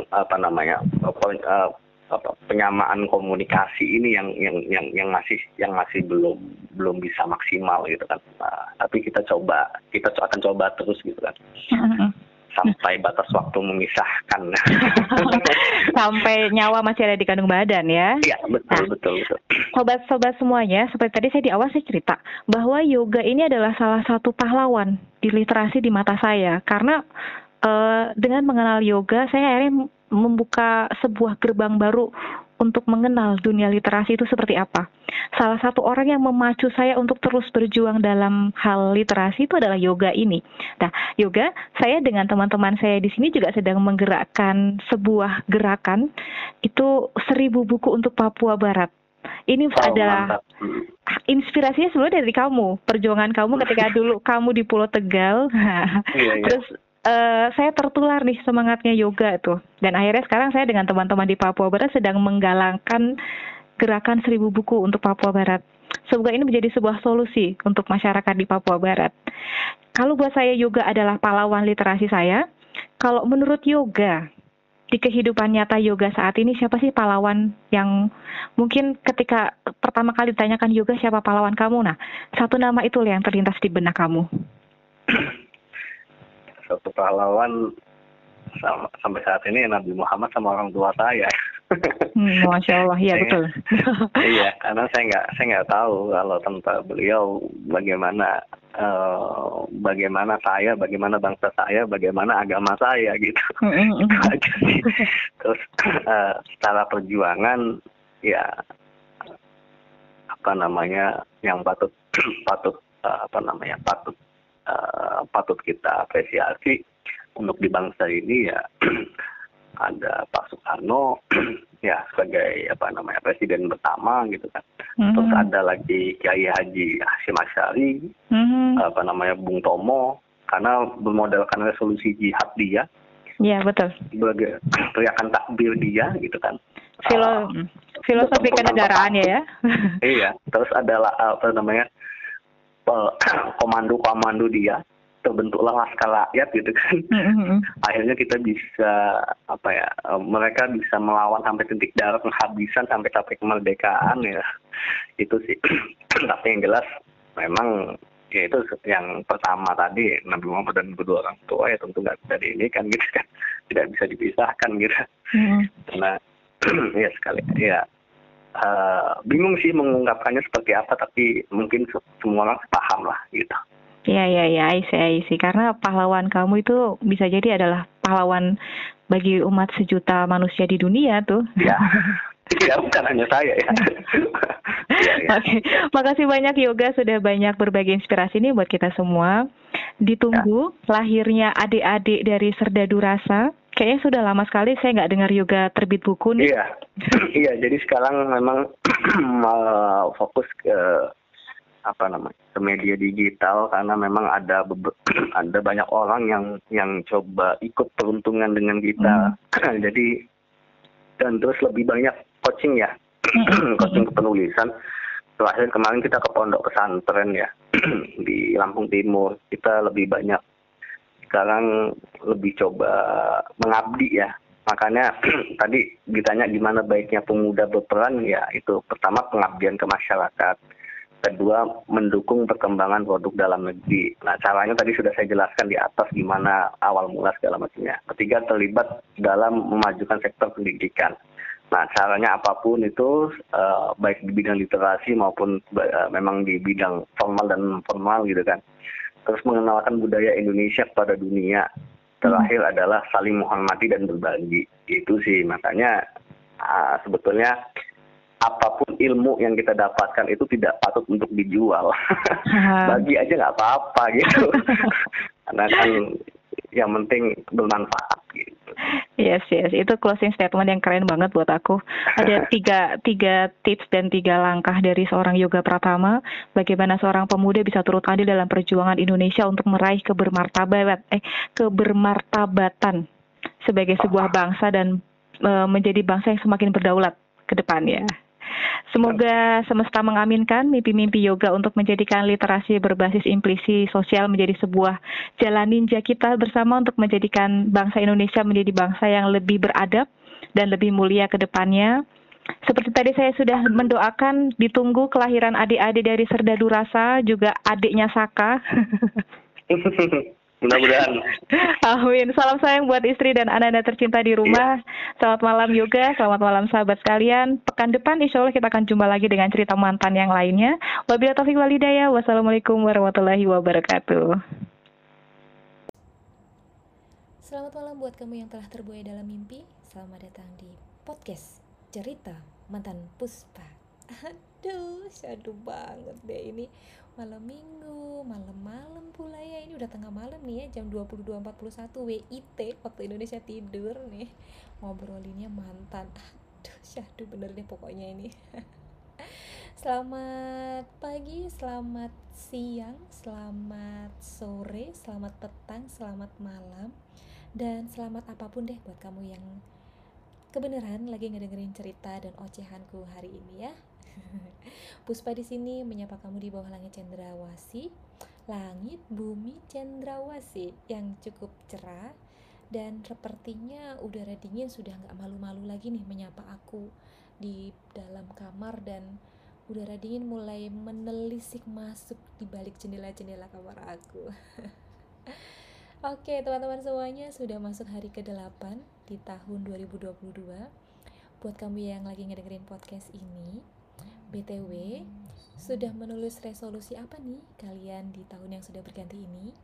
penyamaan komunikasi ini yang masih belum bisa maksimal gitu kan. Tapi kita akan coba terus gitu kan. Sampai batas waktu memisahkan. Sampai nyawa masih ada di kandung badan ya. Iya, betul. Sobat-sobat semuanya, seperti tadi saya di awal saya cerita bahwa yoga ini adalah salah satu pahlawan di literasi di mata saya. Karena dengan mengenal yoga, saya akhirnya membuka sebuah gerbang baru untuk mengenal dunia literasi itu seperti apa. Salah satu orang yang memacu saya untuk terus berjuang dalam hal literasi itu adalah yoga ini. Nah, yoga, saya dengan teman-teman saya di sini juga sedang menggerakkan sebuah gerakan, itu 1000 buku untuk Papua Barat. Ini adalah mantap. inspirasinya sebenarnya dari kamu, perjuangan kamu ketika dulu kamu di Pulau Tegal. Iya. Terus saya tertular nih semangatnya yoga tuh. Dan akhirnya sekarang saya dengan teman-teman di Papua Barat sedang menggalangkan gerakan 1000 buku untuk Papua Barat. Semoga ini menjadi sebuah solusi untuk masyarakat di Papua Barat. Kalau buat saya yoga adalah pahlawan literasi saya. Kalau menurut yoga, di kehidupan nyata yoga saat ini siapa sih pahlawan yang mungkin ketika pertama kali ditanyakan yoga siapa pahlawan kamu? Nah, satu nama itu yang terlintas di benak kamu. Satu pahlawan sampai saat ini Nabi Muhammad sama orang tua saya. Masya Allah, ya betul. Iya, karena saya nggak tahu kalau tanpa beliau bagaimana saya, bagaimana bangsa saya, bagaimana agama saya gitu. Itu aja sih. Terus secara perjuangan ya yang patut kita apresiasi untuk di bangsa ini ya ada Pak Soekarno ya sebagai presiden pertama gitu kan. Terus ada lagi Kiai Haji Hashim Asy'ari, Bung Tomo, karena bermodalkan resolusi jihad dia. Iya, betul. Sebagai teriakan takbir dia gitu kan. Filosofi kenegaraannya ya. Iya, terus adalah komando dia, terbentuklah Laskar Rakyat gitu kan. Akhirnya kita bisa mereka bisa melawan sampai titik darah penghabisan sampai kemerdekaan ya. Itu sih. Tapi yang jelas memang ya itu yang pertama tadi Nabi Muhammad dan kedua orang tua ya tentu nggak bisa ini kan gitu kan, tidak bisa dipisahkan gitu. Karena ya sekali ya bingung sih mengungkapkannya seperti apa, tapi mungkin semua orang paham lah gitu. Iya, I see. Karena pahlawan kamu itu bisa jadi adalah pahlawan bagi umat sejuta manusia di dunia tuh. Ya, bukan hanya saya ya. Oke, makasih banyak Yoga sudah banyak berbagi inspirasi ini buat kita semua. Ditunggu lahirnya adik-adik dari Serdadu Rasa. Kayaknya sudah lama sekali saya nggak dengar Yoga terbit buku nih. Iya. Jadi sekarang memang fokus ke ke media digital karena memang ada banyak orang yang coba ikut peruntungan dengan kita. Jadi dan terus lebih banyak coaching ya, coaching penulisan. Terakhir kemarin kita ke pondok pesantren ya di Lampung Timur. Kita lebih banyak sekarang lebih coba mengabdi ya. Makanya tadi ditanya gimana baiknya pemuda berperan ya, itu pertama pengabdian ke masyarakat. Kedua, mendukung perkembangan produk dalam negeri. Nah, caranya tadi sudah saya jelaskan di atas gimana awal mula segala macamnya. Ketiga, terlibat dalam memajukan sektor pendidikan. Nah, caranya apapun itu, baik di bidang literasi maupun memang di bidang formal dan non formal gitu kan. Terus mengenalkan budaya Indonesia kepada dunia. Terakhir adalah saling menghormati dan berbagi. Itu sih, makanya sebetulnya apapun ilmu yang kita dapatkan itu tidak patut untuk dijual. Bagi aja nggak apa-apa gitu. Karena kan yang penting bermanfaat gitu. Yes. Itu closing statement yang keren banget buat aku. Ada tiga tips dan 3 langkah dari seorang Yoga Pratama. Bagaimana seorang pemuda bisa turut andil dalam perjuangan Indonesia untuk meraih kebermartabatan sebagai sebuah bangsa dan menjadi bangsa yang semakin berdaulat ke depannya. Semoga semesta mengaminkan mimpi-mimpi yoga untuk menjadikan literasi berbasis implikasi sosial menjadi sebuah jalan ninja kita bersama untuk menjadikan bangsa Indonesia menjadi bangsa yang lebih beradab dan lebih mulia ke depannya. Seperti tadi saya sudah mendoakan, ditunggu kelahiran adik-adik dari Serdadu Rasa, juga adiknya Saka. Mudah-mudahan. Amin. Salam sayang buat istri dan anak-anak tercinta di rumah. Selamat malam Yoga, selamat malam sahabat sekalian. Pekan depan insya Allah kita akan jumpa lagi dengan cerita mantan yang lainnya. Wabillahi taufiq wal hidayah. Wassalamualaikum warahmatullahi wabarakatuh. Selamat malam buat kamu yang telah terbuai dalam mimpi. Selamat datang di podcast Cerita Mantan Puspa. Aduh, syadu banget deh ini. Malam minggu, malam-malam pula ya. Ini udah tengah malam nih ya, jam 22.41 WIT, waktu Indonesia tidur nih. Ngobrolinnya mantan. Aduh, syadu bener deh pokoknya ini. Selamat pagi, selamat siang, selamat sore, selamat petang, selamat malam, dan selamat apapun deh buat kamu yang kebenaran lagi ngedengerin cerita dan ocehanku hari ini ya. Puspa di sini menyapa kamu di bawah langit cendrawasih, langit bumi cendrawasih yang cukup cerah, dan sepertinya udara dingin sudah nggak malu-malu lagi nih menyapa aku di dalam kamar, dan udara dingin mulai menelisik masuk di balik jendela-jendela kamar aku. Oke, teman-teman semuanya, sudah masuk hari ke-8 di tahun 2022. Buat kamu yang lagi ngedengerin podcast ini, BTW, sudah menulis resolusi apa nih kalian di tahun yang sudah berganti ini?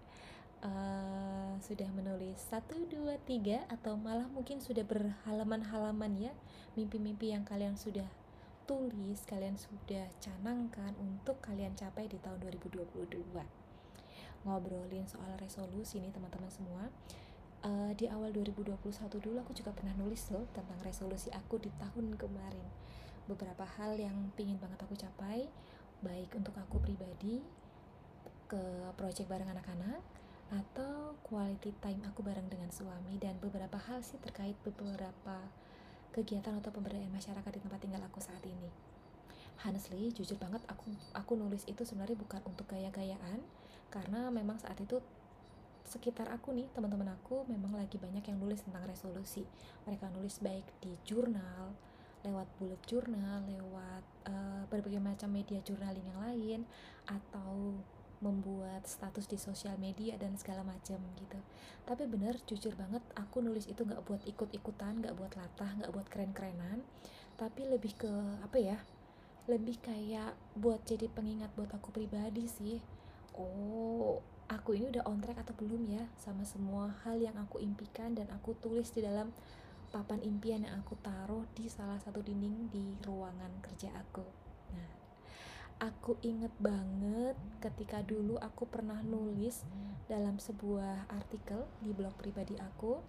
Sudah menulis 1, 2, 3 atau malah mungkin sudah berhalaman-halaman ya mimpi-mimpi yang kalian sudah tulis, kalian sudah canangkan untuk kalian capai di tahun 2022. Ngobrolin soal resolusi nih teman-teman semua, di awal 2021 dulu aku juga pernah nulis loh tentang resolusi aku di tahun kemarin. Beberapa hal yang pingin banget aku capai, baik untuk aku pribadi, ke project bareng anak-anak, atau quality time aku bareng dengan suami, dan beberapa hal sih terkait beberapa kegiatan atau pemberdayaan masyarakat di tempat tinggal aku saat ini. Honestly, jujur banget aku nulis itu sebenarnya bukan untuk gaya-gayaan, karena memang saat itu sekitar aku nih, teman-teman aku memang lagi banyak yang nulis tentang resolusi. Mereka nulis baik di jurnal, lewat bullet journal, lewat berbagai macam media journaling yang lain, atau membuat status di sosial media dan segala macam gitu. Tapi bener, jujur banget, aku nulis itu gak buat ikut-ikutan, gak buat latah, gak buat keren-kerenan, tapi lebih ke apa ya, lebih kayak buat jadi pengingat buat aku pribadi sih. Oh, aku ini udah on track atau belum ya sama semua hal yang aku impikan dan aku tulis di dalam papan impian yang aku taruh di salah satu dinding di ruangan kerja aku. Nah, aku inget banget ketika dulu aku pernah nulis dalam sebuah artikel di blog pribadi aku,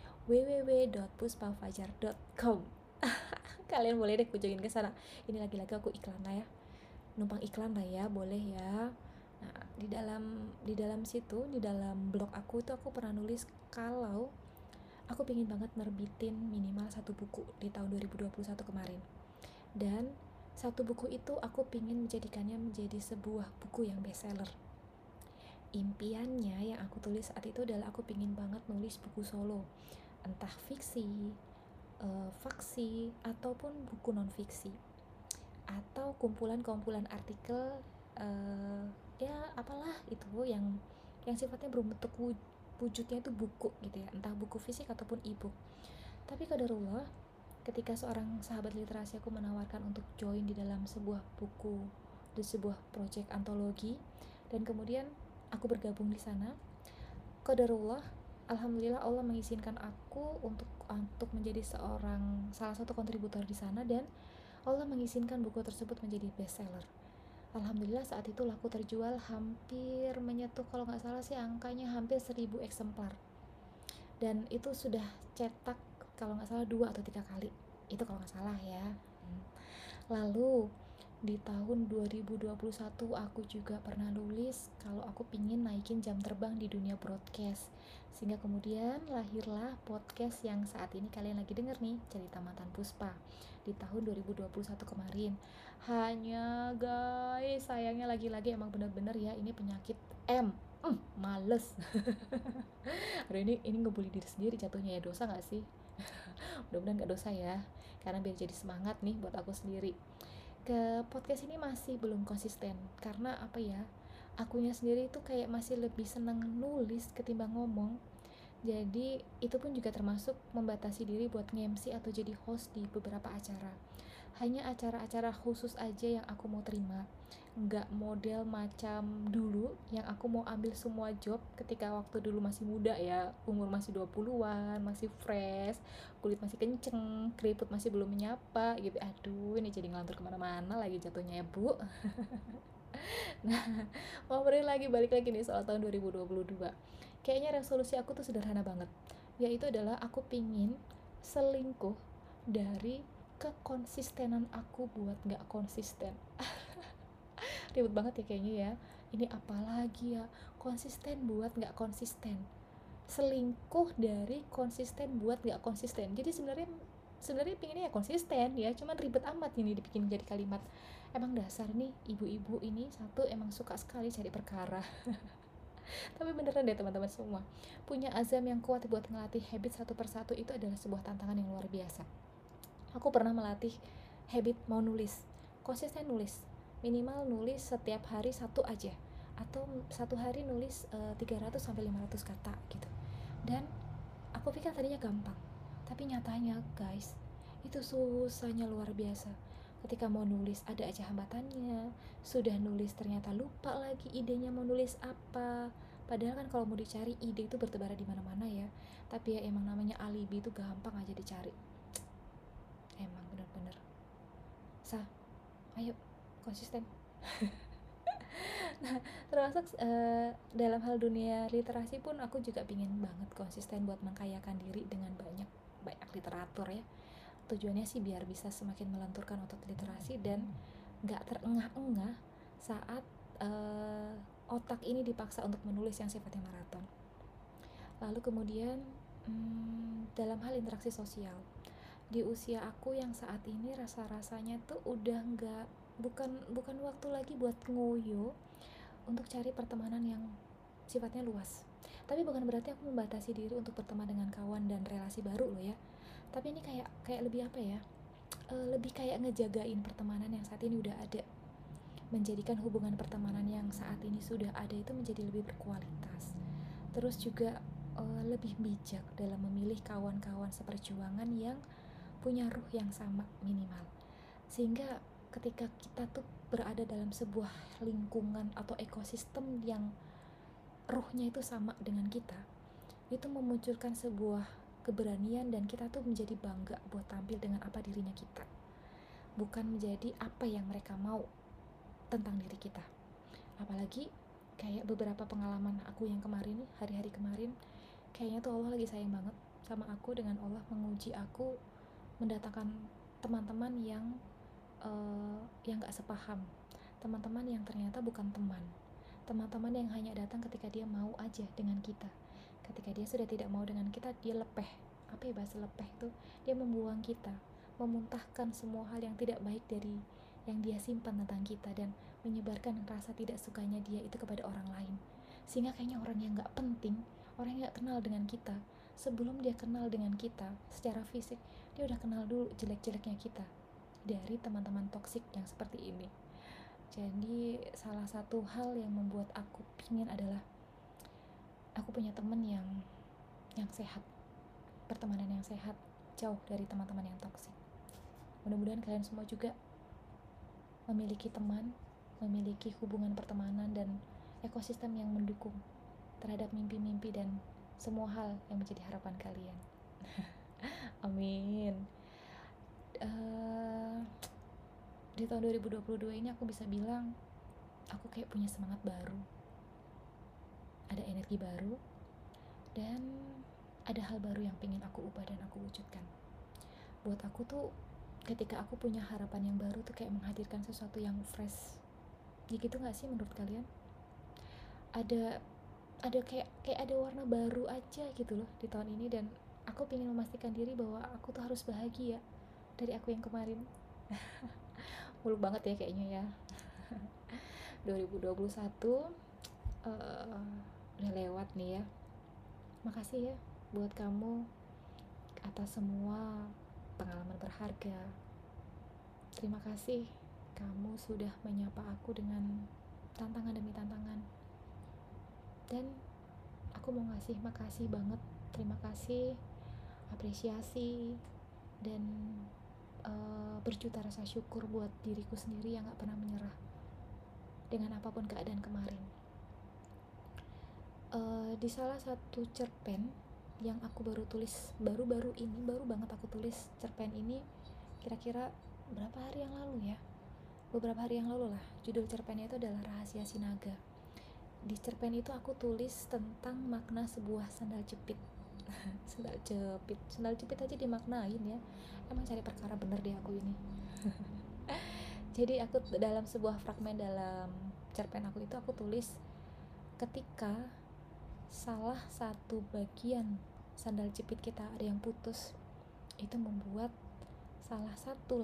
www.puspafajar.com. Kalian boleh deh kunjungin ke sana. Ini lagi-lagi aku iklan lah ya, numpang iklan lah ya, boleh ya. Nah, di dalam situ, di dalam blog aku itu aku pernah nulis kalau aku pengen banget nerbitin minimal 1 buku di tahun 2021 kemarin. Dan 1 buku itu aku pengen menjadikannya menjadi sebuah buku yang bestseller. Impiannya yang aku tulis saat itu adalah aku pengen banget nulis buku solo, entah fiksi, faksi, ataupun buku non-fiksi, atau kumpulan-kumpulan artikel, ya apalah itu yang sifatnya berbentuk wujudnya itu buku gitu ya, entah buku fisik ataupun e-book. Tapi qadarullah, ketika seorang sahabat literasi aku menawarkan untuk join di dalam sebuah buku, di sebuah project antologi, dan kemudian aku bergabung di sana, qadarullah, alhamdulillah Allah mengizinkan aku untuk menjadi salah satu kontributor di sana, dan Allah mengizinkan buku tersebut menjadi bestseller. Alhamdulillah saat itu laku terjual hampir menyentuh, kalau nggak salah sih angkanya hampir 1000 eksemplar, dan itu sudah cetak kalau nggak salah 2 atau 3 kali itu kalau nggak salah ya. Lalu Di tahun 2021 aku juga pernah nulis kalau aku pingin naikin jam terbang di dunia broadcast. Sehingga kemudian lahirlah podcast yang saat ini kalian lagi denger nih, Cerita Mantan Puspa, di tahun 2021 kemarin. Hanya guys, sayangnya lagi-lagi emang bener-bener ya, ini penyakit males. Aduh, ini ngebully diri sendiri jatuhnya ya, dosa gak sih? Mudah-mudahan gak dosa ya, karena biar jadi semangat nih buat aku sendiri. Ke podcast ini masih belum konsisten karena apa ya, akunya sendiri itu kayak masih lebih seneng nulis ketimbang ngomong. Jadi itu pun juga termasuk membatasi diri buat nge-MC atau jadi host di beberapa acara. Hanya acara-acara khusus aja yang aku mau terima, nggak model macam dulu yang aku mau ambil semua job ketika waktu dulu masih muda ya, umur masih 20-an, masih fresh, kulit masih kenceng, keriput masih belum menyapa gitu. Aduh, ini jadi ngelantur kemana-mana lagi jatuhnya ya bu. Nah, balik lagi nih soal tahun 2022. Kayaknya resolusi aku tuh sederhana banget, yaitu adalah aku pingin selingkuh dari kekonsistenan aku buat gak konsisten. Ribet banget ya kayaknya ya, ini apalagi ya, konsisten buat gak konsisten, selingkuh dari konsisten buat gak konsisten. Jadi sebenarnya pinginnya ya konsisten ya, cuman ribet amat ini dibikin jadi kalimat. Emang dasar nih ibu-ibu ini, satu emang suka sekali cari perkara. Tapi beneran deh teman-teman semua, punya azam yang kuat buat ngelatih habit satu persatu itu adalah sebuah tantangan yang luar biasa. Aku pernah melatih habit mau nulis, konsisten nulis, minimal nulis setiap hari satu aja, atau satu hari nulis 300-500 kata gitu. Dan aku pikir tadinya gampang, tapi nyatanya guys, itu susahnya luar biasa. Ketika mau nulis ada aja hambatannya, sudah nulis ternyata lupa lagi idenya mau nulis apa. Padahal kan kalau mau dicari ide itu bertebaran di mana-mana ya, tapi ya emang namanya alibi itu gampang aja dicari. Emang bener-bener ayo konsisten. Nah, termasuk dalam hal dunia literasi pun aku juga pingin banget konsisten buat mengkayakan diri dengan banyak literatur ya. Tujuannya sih biar bisa semakin melenturkan otot literasi dan gak terengah-engah saat otak ini dipaksa untuk menulis yang sifatnya maraton. Lalu kemudian dalam hal interaksi sosial, di usia aku yang saat ini rasa-rasanya tuh udah bukan waktu lagi buat ngoyo untuk cari pertemanan yang sifatnya luas. Tapi bukan berarti aku membatasi diri untuk berteman dengan kawan dan relasi baru loh ya. Tapi ini kayak lebih apa ya? Lebih kayak ngejagain pertemanan yang saat ini udah ada. Menjadikan hubungan pertemanan yang saat ini sudah ada itu menjadi lebih berkualitas. Terus juga lebih bijak dalam memilih kawan-kawan seperjuangan yang punya ruh yang sama minimal. Sehingga ketika kita tuh berada dalam sebuah lingkungan atau ekosistem yang ruhnya itu sama dengan kita, itu memunculkan sebuah keberanian dan kita tuh menjadi bangga buat tampil dengan apa dirinya kita, bukan menjadi apa yang mereka mau tentang diri kita. Apalagi kayak beberapa pengalaman aku yang kemarin nih, hari-hari kemarin, kayaknya tuh Allah lagi sayang banget sama aku dengan Allah menguji aku, mendatangkan teman-teman yang gak sepaham, teman-teman yang ternyata bukan teman-teman yang hanya datang ketika dia mau aja dengan kita. Ketika dia sudah tidak mau dengan kita, dia lepeh. Apa ya bahasa lepeh tuh? Dia membuang kita, memuntahkan semua hal yang tidak baik dari yang dia simpan tentang kita dan menyebarkan rasa tidak sukanya dia itu kepada orang lain. Sehingga kayaknya orang yang gak penting, orang yang gak kenal dengan kita, sebelum dia kenal dengan kita secara fisik, dia udah kenal dulu jelek-jeleknya kita dari teman-teman toksik yang seperti ini. Jadi salah satu hal yang membuat aku pingin adalah aku punya teman yang sehat, pertemanan yang sehat, jauh dari teman-teman yang toksik. Mudah-mudahan kalian semua juga memiliki teman, memiliki hubungan pertemanan dan ekosistem yang mendukung terhadap mimpi-mimpi dan semua hal yang menjadi harapan kalian. Amin. Di tahun 2022 ini aku bisa bilang aku kayak punya semangat baru, ada energi baru, dan ada hal baru yang pengen aku ubah dan aku wujudkan. Buat aku tuh ketika aku punya harapan yang baru tuh kayak menghadirkan sesuatu yang fresh. Ya gitu nggak sih menurut kalian? Ada kayak ada warna baru aja gitu loh di tahun ini, dan aku ingin memastikan diri bahwa aku tuh harus bahagia dari aku yang kemarin. Muluk banget ya kayaknya ya. 2021 udah lewat nih ya. Makasih ya buat kamu atas semua pengalaman berharga. Terima kasih kamu sudah menyapa aku dengan tantangan demi tantangan. Dan aku mau ngasih makasih banget, terima kasih, apresiasi, dan berjuta rasa syukur buat diriku sendiri yang gak pernah menyerah dengan apapun keadaan kemarin. Di salah satu cerpen yang aku baru tulis baru banget aku tulis cerpen ini kira-kira beberapa hari yang lalu lah. Judul cerpennya itu adalah Rahasia Sinaga. Di cerpen itu aku tulis tentang makna sebuah sandal jepit. Sandal jepit aja dimaknain ya. Emang cari perkara bener deh aku ini. Jadi aku dalam sebuah fragmen dalam cerpen aku itu aku tulis, ketika salah satu bagian sandal jepit kita ada yang putus, itu membuat salah satu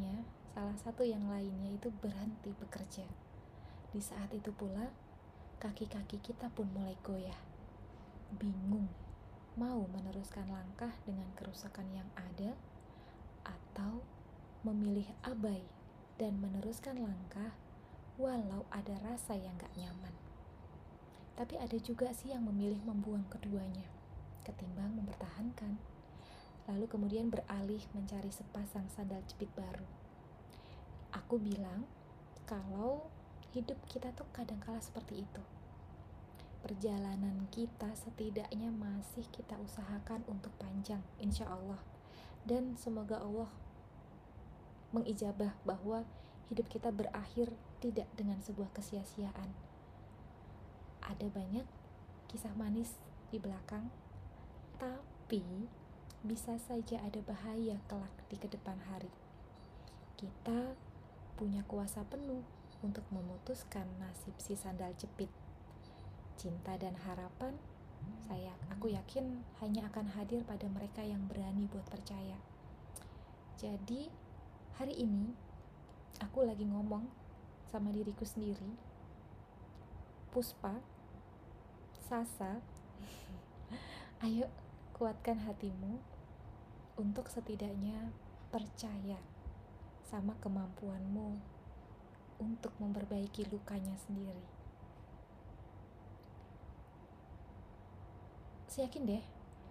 yang lainnya itu berhenti bekerja. Di saat itu pula kaki-kaki kita pun mulai goyah, bingung mau meneruskan langkah dengan kerusakan yang ada atau memilih abai dan meneruskan langkah walau ada rasa yang gak nyaman. Tapi ada juga sih yang memilih membuang keduanya ketimbang mempertahankan, lalu kemudian beralih mencari sepasang sandal jepit baru. Aku bilang kalau hidup kita tuh kadangkala seperti itu. Perjalanan kita setidaknya masih kita usahakan untuk panjang, insya Allah. Dan semoga Allah mengijabah bahwa hidup kita berakhir tidak dengan sebuah kesia-siaan. Ada banyak kisah manis di belakang, tapi bisa saja ada bahaya kelak di kedepan hari. Kita punya kuasa penuh untuk memutuskan nasib si sandal jepit. Cinta dan harapan, aku yakin hanya akan hadir pada mereka yang berani buat percaya. Jadi hari ini aku lagi ngomong sama diriku sendiri, Puspa, Sasa, ayo kuatkan hatimu untuk setidaknya percaya sama kemampuanmu untuk memperbaiki lukanya sendiri. Saya yakin deh,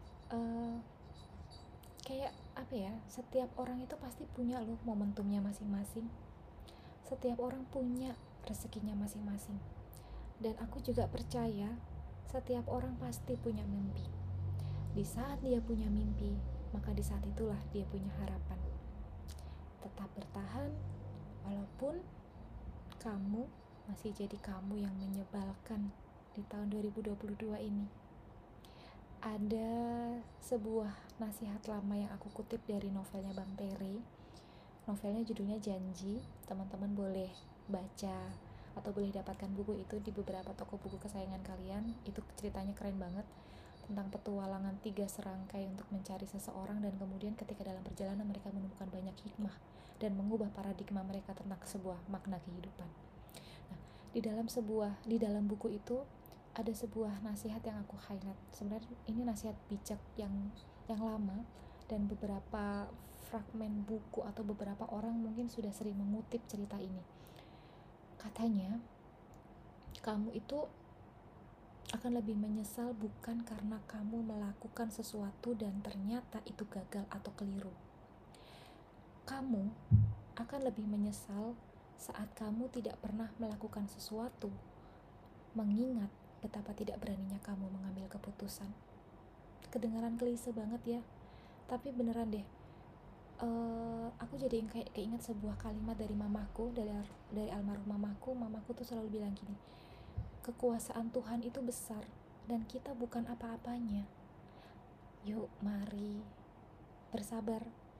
kayak apa ya, setiap orang itu pasti punya loh momentumnya masing-masing. Setiap orang punya rezekinya masing-masing. Dan aku juga percaya setiap orang pasti punya mimpi. Di saat dia punya mimpi, maka di saat itulah dia punya harapan. Tetap bertahan walaupun kamu masih jadi kamu yang menyebalkan di tahun 2022 ini. Ada sebuah nasihat lama yang aku kutip dari novelnya Bang Terry. Novelnya judulnya Janji. Teman-teman boleh baca atau boleh dapatkan buku itu di beberapa toko buku kesayangan kalian. Itu ceritanya keren banget, tentang petualangan 3 serangkai untuk mencari seseorang, dan kemudian ketika dalam perjalanan mereka menemukan banyak hikmah dan mengubah paradigma mereka tentang sebuah makna kehidupan. Nah, di dalam buku itu ada sebuah nasihat yang aku highlight. Sebenarnya ini nasihat bijak yang lama, dan beberapa fragmen buku atau beberapa orang mungkin sudah sering mengutip cerita ini. Katanya, kamu itu akan lebih menyesal bukan karena kamu melakukan sesuatu dan ternyata itu gagal atau keliru. Kamu akan lebih menyesal saat kamu tidak pernah melakukan sesuatu, mengingat betapa tidak beraninya kamu mengambil keputusan. Kedengaran klise banget ya, tapi beneran deh. Aku jadi keinget sebuah kalimat dari mamaku, dari almarhum mamaku. Mamaku tuh selalu bilang gini, kekuasaan Tuhan itu besar dan kita bukan apa-apanya. Yuk mari bersabar,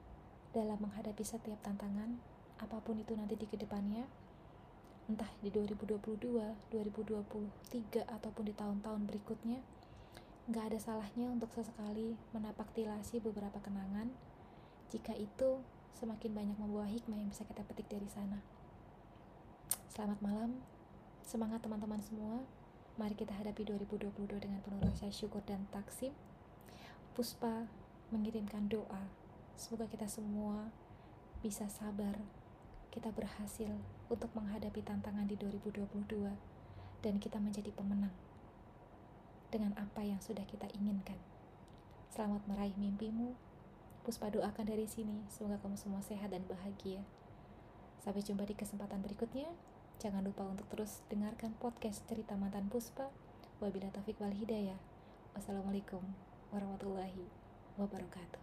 dalam menghadapi setiap tantangan, apapun itu nanti di kedepannya, entah di 2022, 2023, ataupun di tahun-tahun berikutnya, gak ada salahnya untuk sesekali menapak tilasi beberapa kenangan, jika itu semakin banyak membawa hikmah yang bisa kita petik dari sana. Selamat malam, semangat teman-teman semua. Mari kita hadapi 2022 dengan penuh rasa syukur dan taksim. Puspa mengirimkan doa, semoga kita semua bisa sabar, kita berhasil untuk menghadapi tantangan di 2022 dan kita menjadi pemenang dengan apa yang sudah kita inginkan. Selamat meraih mimpimu. Puspa doakan dari sini, semoga kamu semua sehat dan bahagia. Sampai jumpa di kesempatan berikutnya. Jangan lupa untuk terus dengarkan podcast Cerita Mantan Puspa. Wabillahi taufiq wal hidayah. Wassalamualaikum warahmatullahi wabarakatuh.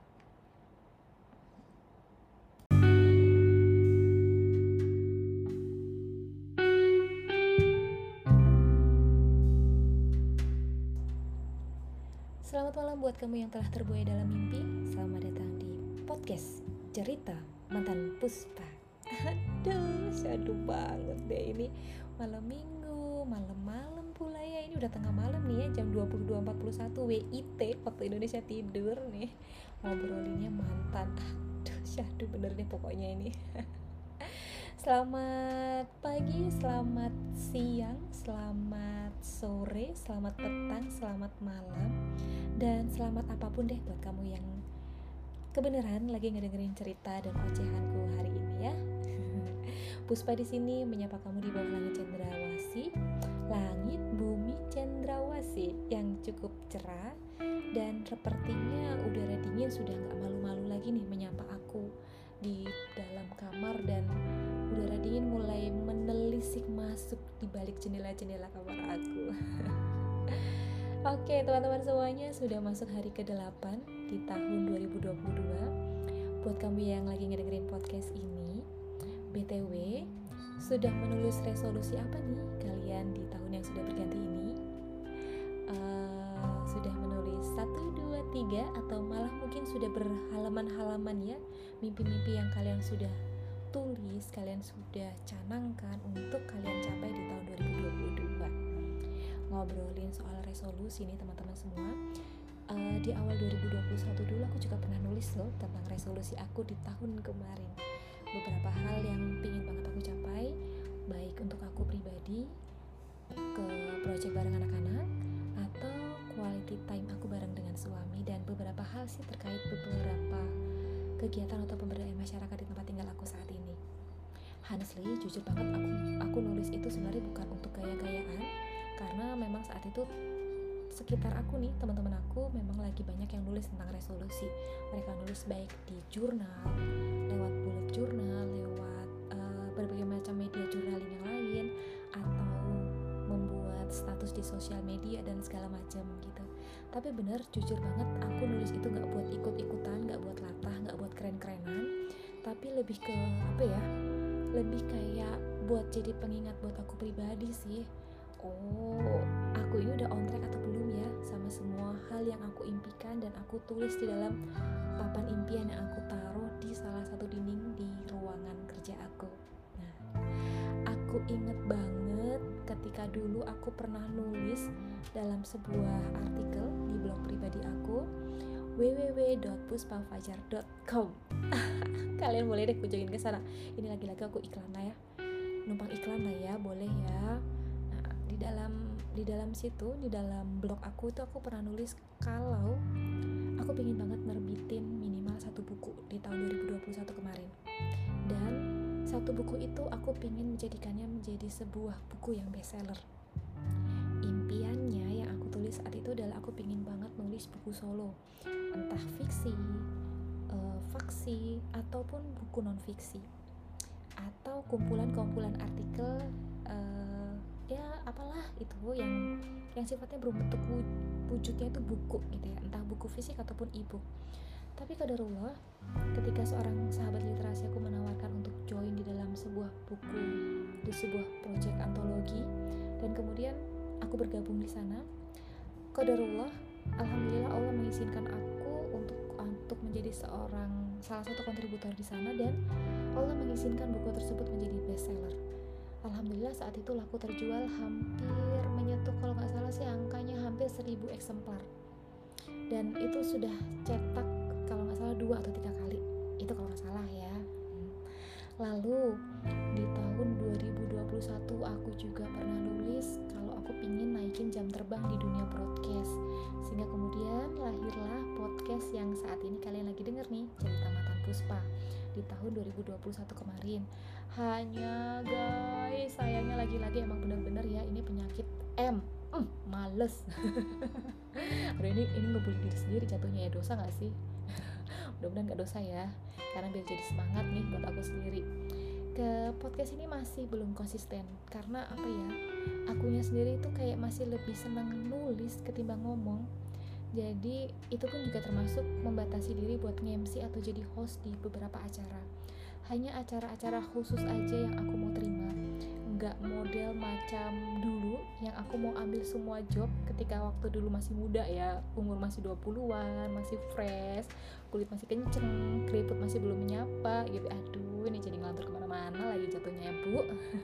Selamat malam buat kamu yang telah terbuai dalam mimpi. Selamat datang di podcast Cerita Mantan Puspa. Aduh, syadu banget deh ini. Malam minggu, malam-malam pula ya. Ini udah tengah malam nih ya, jam 22.41 WIT, waktu Indonesia tidur nih. Ngobrolinnya mantan. Aduh, syadu bener deh pokoknya ini. Selamat pagi, selamat siang, selamat sore, selamat petang, selamat malam, dan selamat apapun deh buat kamu yang kebenaran lagi ngedengerin cerita dan ocehanku hari ini ya. Puspa di sini menyapa kamu di bawah langit cendrawasih, langit bumi cendrawasih yang cukup cerah, dan sepertinya udara dingin sudah gak malu-malu lagi nih menyapa aku di dalam kamar, dan udara dingin mulai menelisik masuk di balik jendela-jendela kamar aku. Oke, teman-teman semuanya, sudah masuk hari ke-8 di tahun 2022. Buat kamu yang lagi ngedengerin podcast ini, BTW, sudah menulis resolusi apa nih kalian di tahun yang sudah berganti ini? Sudah menulis 1, 2, 3, atau malah mungkin sudah berhalaman-halaman ya, mimpi-mimpi yang kalian sudah tulis, kalian sudah canangkan untuk kalian capai di tahun 2022. Ngobrolin soal resolusi nih teman-teman semua, di awal 2021 dulu aku juga pernah nulis loh tentang resolusi aku di tahun kemarin. Beberapa hal yang pingin banget aku capai, baik untuk aku pribadi, ke project bareng anak-anak, atau quality time aku bareng dengan suami, dan beberapa hal sih terkait beberapa kegiatan atau pemberdayaan masyarakat di tempat tinggal aku saat ini. Honestly, jujur banget aku nulis itu sebenarnya bukan untuk gaya-gayaan, karena memang saat itu sekitar aku nih, teman-teman aku memang lagi banyak yang nulis tentang resolusi. Mereka nulis baik di jurnal, lewat bullet journal, lewat berbagai macam media journaling yang lain, atau membuat status di sosial media dan segala macam gitu. Tapi bener, jujur banget, aku nulis itu gak buat ikut-ikutan, gak buat latah, gak buat keren-kerenan, tapi lebih ke apa ya, lebih kayak buat jadi pengingat buat aku pribadi sih. Oh, aku ini udah on track atau belum ya sama semua hal yang aku impikan dan aku tulis di dalam papan impian yang aku taruh di salah satu dinding di ruangan kerja aku. Nah, aku inget banget ketika dulu aku pernah nulis dalam sebuah artikel di blog pribadi aku, www.puspafajar.com. Kalian boleh deh kunjungin ke sana. Ini lagi-lagi aku iklan lah ya, numpang iklan lah ya, boleh ya. Nah, di dalam situ, di dalam blog aku itu aku pernah nulis kalau aku pengen banget nerbitin minimal 1 buku di tahun 2021 kemarin, dan 1 buku itu aku pengen menjadikannya menjadi sebuah buku yang bestseller. Impiannya yang aku tulis saat itu adalah aku pengen banget nulis buku solo, entah fiksi, faksi, ataupun buku non fiksi, atau kumpulan-kumpulan artikel, ya apalah itu yang sifatnya berbentuk wujudnya itu buku gitu ya, entah buku fisik ataupun e-book. Tapi qadarullah, ketika seorang sahabat literasi aku menawarkan untuk join di dalam sebuah buku, di sebuah proyek antologi, dan kemudian aku bergabung di sana, qadarullah, alhamdulillah Allah mengizinkan aku untuk menjadi seorang salah satu kontributor di sana, dan Allah mengizinkan buku tersebut menjadi bestseller. Alhamdulillah saat itu laku terjual hampir menyentuh, kalau nggak salah sih angkanya hampir 1000 eksemplar, dan itu sudah cetak kalau nggak salah 2 atau 3 kali itu kalau nggak salah ya. Lalu di tahun 2021 aku juga pernah nulis kalau aku pingin naikin jam terbang di dunia broadcast, sehingga kemudian lahirlah podcast yang saat ini kalian lagi denger nih, Cerita Mantan Puspa, di tahun 2021 kemarin. Hanya guys, sayangnya lagi-lagi emang bener-bener ya, ini penyakit males. Aduh, ini ngebully diri sendiri jatuhnya ya, dosa gak sih? Mudah-mudahan gak dosa ya, karena biar jadi semangat nih buat aku sendiri. Ke podcast ini masih belum konsisten, karena apa ya, akunya sendiri itu kayak masih lebih senang nulis ketimbang ngomong. Jadi itu pun juga termasuk membatasi diri buat nge-MC atau jadi host di beberapa acara. Hanya acara-acara khusus aja yang aku mau terima, nggak model macam dulu yang aku mau ambil semua job ketika waktu dulu masih muda ya, umur masih 20-an, masih fresh, kulit masih kenceng, keriput masih belum menyapa gitu. Aduh, ini jadi ngelantur kemana-mana lagi jatuhnya ya bu.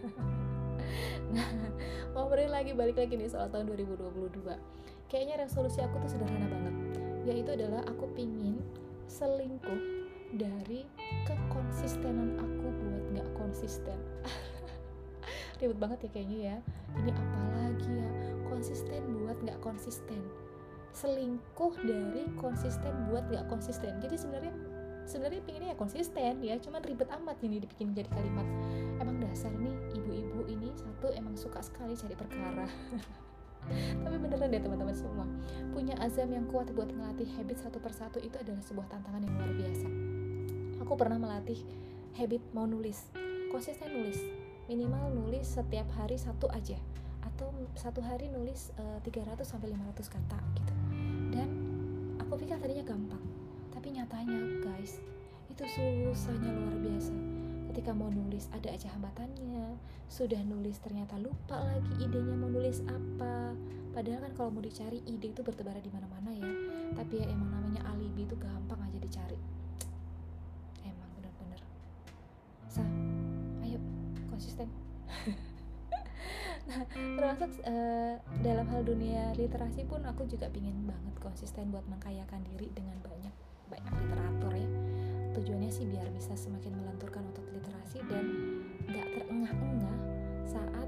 Nah, ngobrolin lagi, balik lagi nih soal tahun 2022. Kayaknya resolusi aku tuh sederhana banget, yaitu adalah aku pingin selingkuh dari kekonsistenan aku buat gak konsisten. Ribet banget ya kayaknya ya, ini apalagi ya, konsisten buat gak konsisten, selingkuh dari konsisten buat gak konsisten. Jadi sebenarnya pinginnya ya konsisten ya, cuman ribet amat ini dibikin jadi kalimat. Emang dasar nih ibu-ibu ini, satu emang suka sekali cari perkara. Tapi beneran deh teman-teman semua, punya azam yang kuat buat ngelatih habit satu persatu itu adalah sebuah tantangan yang luar biasa. Aku pernah melatih habit mau nulis, konsisten nulis, minimal nulis setiap hari 1 aja, atau satu hari nulis 300-500 kata gitu. Dan aku pikir tadinya gampang, tapi nyatanya guys, itu susahnya luar biasa. Ketika mau nulis ada aja hambatannya, sudah nulis ternyata lupa lagi idenya mau nulis apa. Padahal kan kalau mau dicari ide itu bertebaran di mana-mana ya, tapi ya emang namanya alibi itu gampang aja dicari. Emang bener-bener. Ayo konsisten. Nah, termasuk dalam hal dunia literasi pun aku juga pingin banget konsisten buat mengkayakan diri dengan banyak literatur ya. Tujuannya sih biar bisa semakin melenturkan otot literasi dan gak terengah-engah saat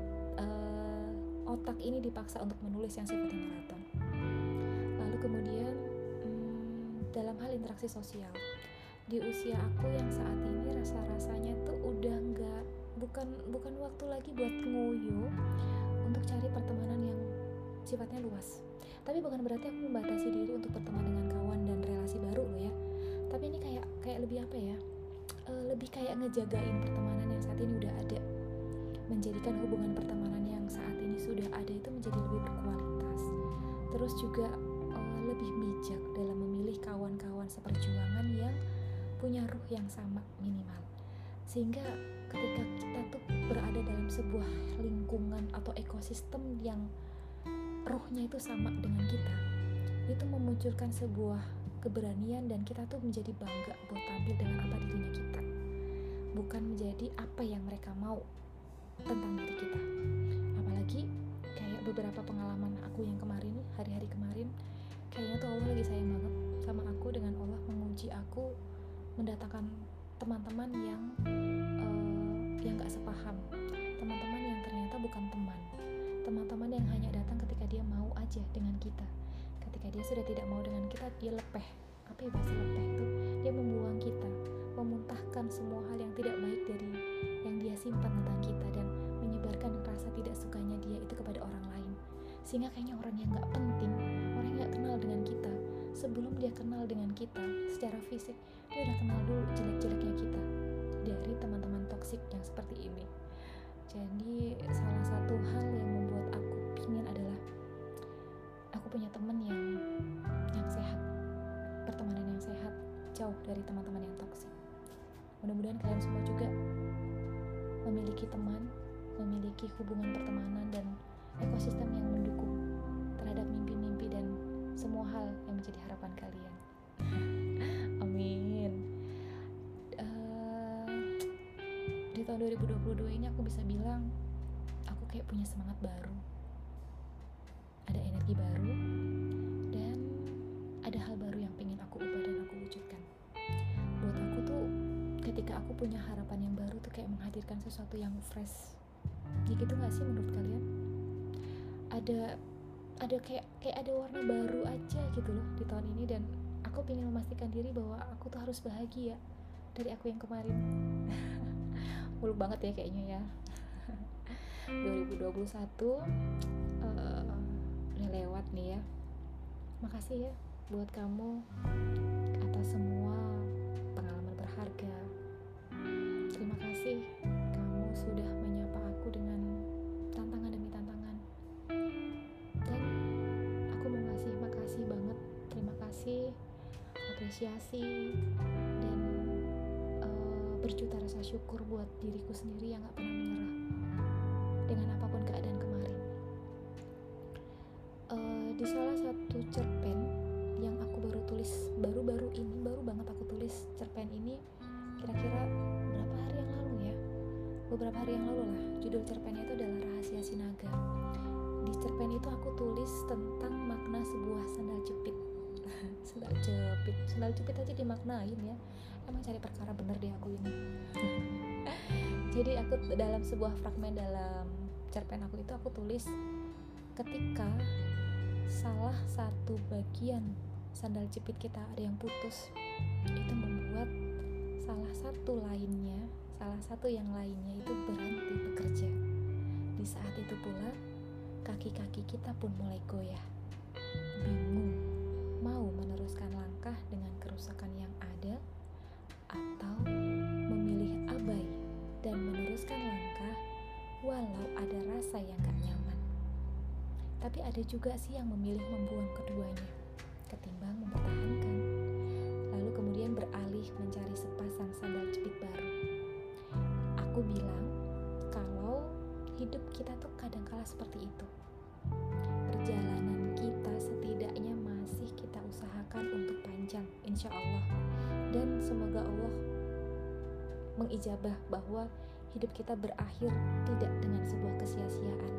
otak ini dipaksa untuk menulis yang sifatnya maraton. Lalu kemudian dalam hal interaksi sosial, di usia aku yang saat ini rasa-rasanya tuh udah bukan waktu lagi buat ngoyo untuk cari pertemanan yang sifatnya luas. Tapi bukan berarti aku membatasi diri untuk berteman dengan kawan dan relasi baru loh ya. Tapi ini kayak lebih apa ya? Lebih kayak ngejagain pertemanan yang saat ini udah ada. Menjadikan hubungan pertemanan yang saat ini sudah ada itu menjadi lebih berkualitas. Terus juga lebih bijak dalam memilih kawan-kawan seperjuangan yang punya ruh yang sama minimal. Sehingga ketika kita tuh berada dalam sebuah lingkungan atau ekosistem yang ruhnya itu sama dengan kita, itu memunculkan sebuah keberanian dan kita tuh menjadi bangga buat tampil dengan apa dirinya kita, bukan menjadi apa yang mereka mau tentang diri kita. Apalagi kayak beberapa pengalaman aku yang kemarin, hari-hari kemarin, kayaknya tuh Allah lagi sayang banget sama aku dengan Allah menguji aku, mendatangkan teman-teman yang gak sepaham, teman-teman yang ternyata bukan teman-teman yang hanya datang ketika dia mau aja dengan kita. Ketika dia sudah tidak mau dengan kita, dia lepeh. Apa ya bahasa lepeh itu? Dia membuang kita, memuntahkan semua hal yang tidak baik dari yang dia simpan tentang kita dan menyebarkan rasa tidak sukanya dia itu kepada orang lain. Sehingga kayaknya orang yang gak penting, orang yang gak kenal dengan kita, sebelum dia kenal dengan kita secara fisik, dia udah kenal dulu jelek-jeleknya kita dari teman-teman toksik yang seperti ini. Jadi salah satu hal yang membuat aku pingin adalah aku punya teman yang sehat, pertemanan yang sehat, jauh dari teman-teman yang toksik. Mudah-mudahan kalian semua juga memiliki teman, memiliki hubungan pertemanan dan ekosistem yang mendukung terhadap mimpi-mimpi dan semua hal yang menjadi harapan kalian. Amin. di tahun 2022 ini aku bisa bilang aku kayak punya semangat baru, ada energi baru, dan ada hal baru yang pengen aku ubah dan aku wujudkan. Buat aku tuh ketika aku punya harapan yang baru tuh kayak menghadirkan sesuatu yang fresh. Ya gitu gak sih menurut kalian? Ada kayak ada warna baru aja gitu loh di tahun ini, dan aku pengen memastikan diri bahwa aku tuh harus bahagia dari aku yang kemarin. Muluk banget ya kayaknya ya. 2021 udah lewat nih ya. Makasih ya buat kamu atas semua pengalaman berharga. Terima kasih kamu sudah menyapa aku dengan tantangan demi tantangan. Dan aku mau ngasih makasih banget. Terima kasih, apresiasi, dan berjuta rasa syukur buat diriku sendiri yang gak pernah menyerah dengan apapun keadaan kemarin. Di salah satu cerpen yang aku baru tulis baru banget aku tulis cerpen ini kira-kira beberapa hari yang lalu lah. Judul cerpennya itu adalah Rahasia Sinaga. Di cerpen itu aku tulis tentang makna sebuah sandal jepit. Sandal jepit aja dimaknain ya. Emang cari perkara bener deh aku ini. Jadi aku dalam sebuah fragmen dalam cerpen aku itu aku tulis ketika salah satu bagian sandal jepit kita ada yang putus, itu membuat salah satu yang lainnya itu berhenti bekerja. Di saat itu pula kaki-kaki kita pun mulai goyah, bingung mau meneruskan langkah dengan kerusakan yang ada atau memilih abai dan meneruskan langkah walau ada rasa yang gak nyaman. Tapi ada juga sih yang memilih membuang keduanya ketimbang mempertahankan, lalu kemudian beralih mencari sepasang sandal jepit baru. Aku bilang kalau hidup kita tuh kadangkala seperti itu. Perjalanan kita setidaknya masih kita usahakan untuk panjang, insya Allah. Dan semoga Allah mengijabah bahwa hidup kita berakhir tidak dengan sebuah kesia-siaan.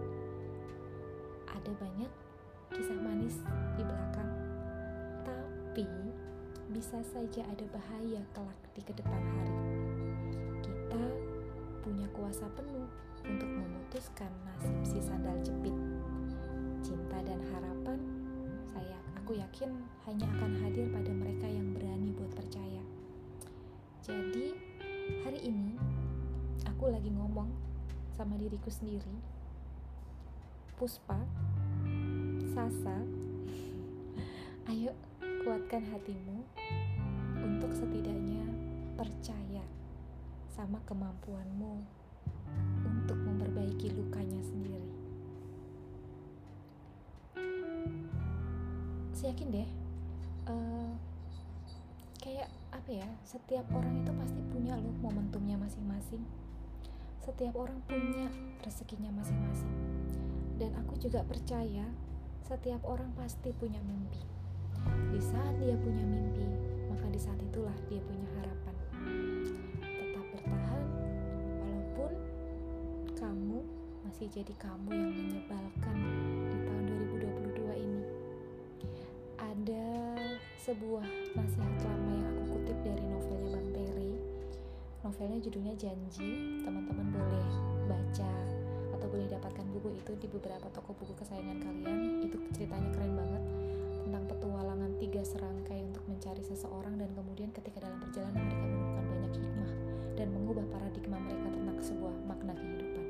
Ada banyak kisah manis di belakang, tapi bisa saja ada bahaya kelak di kedepan hari. Kita punya kuasa penuh untuk memutuskan nasib si sandal jepit. Cinta dan harapan, aku yakin hanya akan hadir pada mereka yang berani buat percaya. Jadi hari ini aku lagi ngomong sama diriku sendiri, Puspa, Sasa, ayo kuatkan hatimu untuk setidaknya percaya sama kemampuanmu untuk memperbaiki lukanya sendiri. Saya yakin deh, kayak apa ya, setiap orang itu pasti punya loh momentumnya masing-masing. Setiap orang punya rezekinya masing-masing. Dan aku juga percaya setiap orang pasti punya mimpi. Di saat dia punya mimpi, maka di saat itulah dia punya harapan. Tetap bertahan, walaupun kamu masih jadi kamu yang menyebalkan di tahun 2022 ini. Ada sebuah nasihat lama yang aku kutip dari novelnya Bang Terry. Novelnya judulnya Janji. Teman-teman boleh baca atau boleh dapatkan buku itu di beberapa toko buku kesayangan kalian. Itu ceritanya keren banget, tentang petualangan 3 serangkai untuk mencari seseorang, dan kemudian ketika dalam perjalanan mereka menemukan banyak hikmah dan mengubah paradigma mereka tentang sebuah makna kehidupan.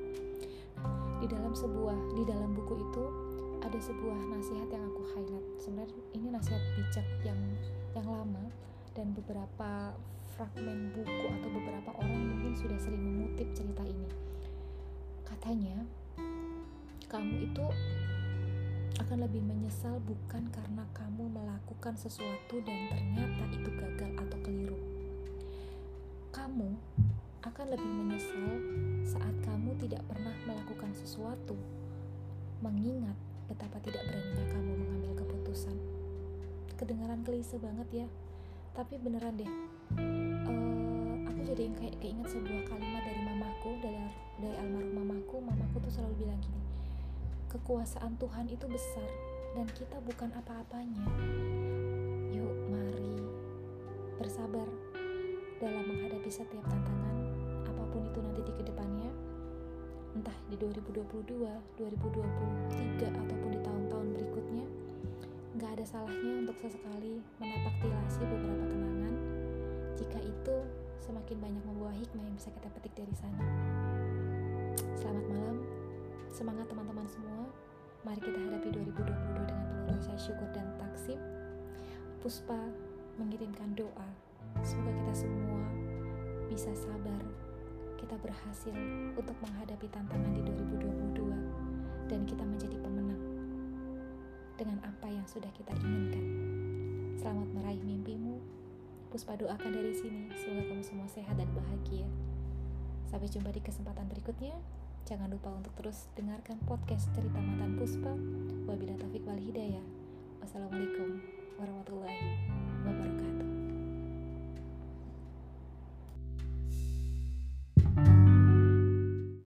Di dalam buku itu ada sebuah nasihat yang aku highlight. Sebenarnya ini nasihat bijak yang lama, dan beberapa fragmen buku atau beberapa orang mungkin sudah sering mengutip cerita ini. Katanya, kamu itu akan lebih menyesal bukan karena kamu melakukan sesuatu dan ternyata itu gagal atau keliru. Kamu akan lebih menyesal saat kamu tidak pernah melakukan sesuatu, mengingat betapa tidak beraninya kamu mengambil keputusan. Kedengaran klise banget ya, tapi beneran deh. Aku jadi kayak keinget sebuah kalimat dari mamaku, dari almarhum mamaku. Mamaku tuh selalu bilang gini, kekuasaan Tuhan itu besar dan kita bukan apa-apanya. Yuk mari bersabar dalam menghadapi setiap tantangan apapun itu nanti di kedepannya, entah di 2022, 2023 ataupun di tahun-tahun berikutnya. Gak ada salahnya untuk sesekali menapak tilasi beberapa kenangan, jika itu semakin banyak membawa hikmah yang bisa kita petik dari sana. Selamat malam, semangat teman-teman semua. Mari kita hadapi 2022 dengan penuh rasa syukur dan taksim. Puspa mengirimkan doa, semoga kita semua bisa sabar, kita berhasil untuk menghadapi tantangan di 2022 dan kita menjadi pemenang dengan apa yang sudah kita inginkan. Selamat meraih mimpimu. Puspa doakan dari sini, semoga kamu semua sehat dan bahagia. Sampai jumpa di kesempatan berikutnya. Jangan lupa untuk terus dengarkan podcast Cerita Mantan Puspa. Wabillahi taufiq wal hidayah. Wassalamualaikum warahmatullahi wabarakatuh.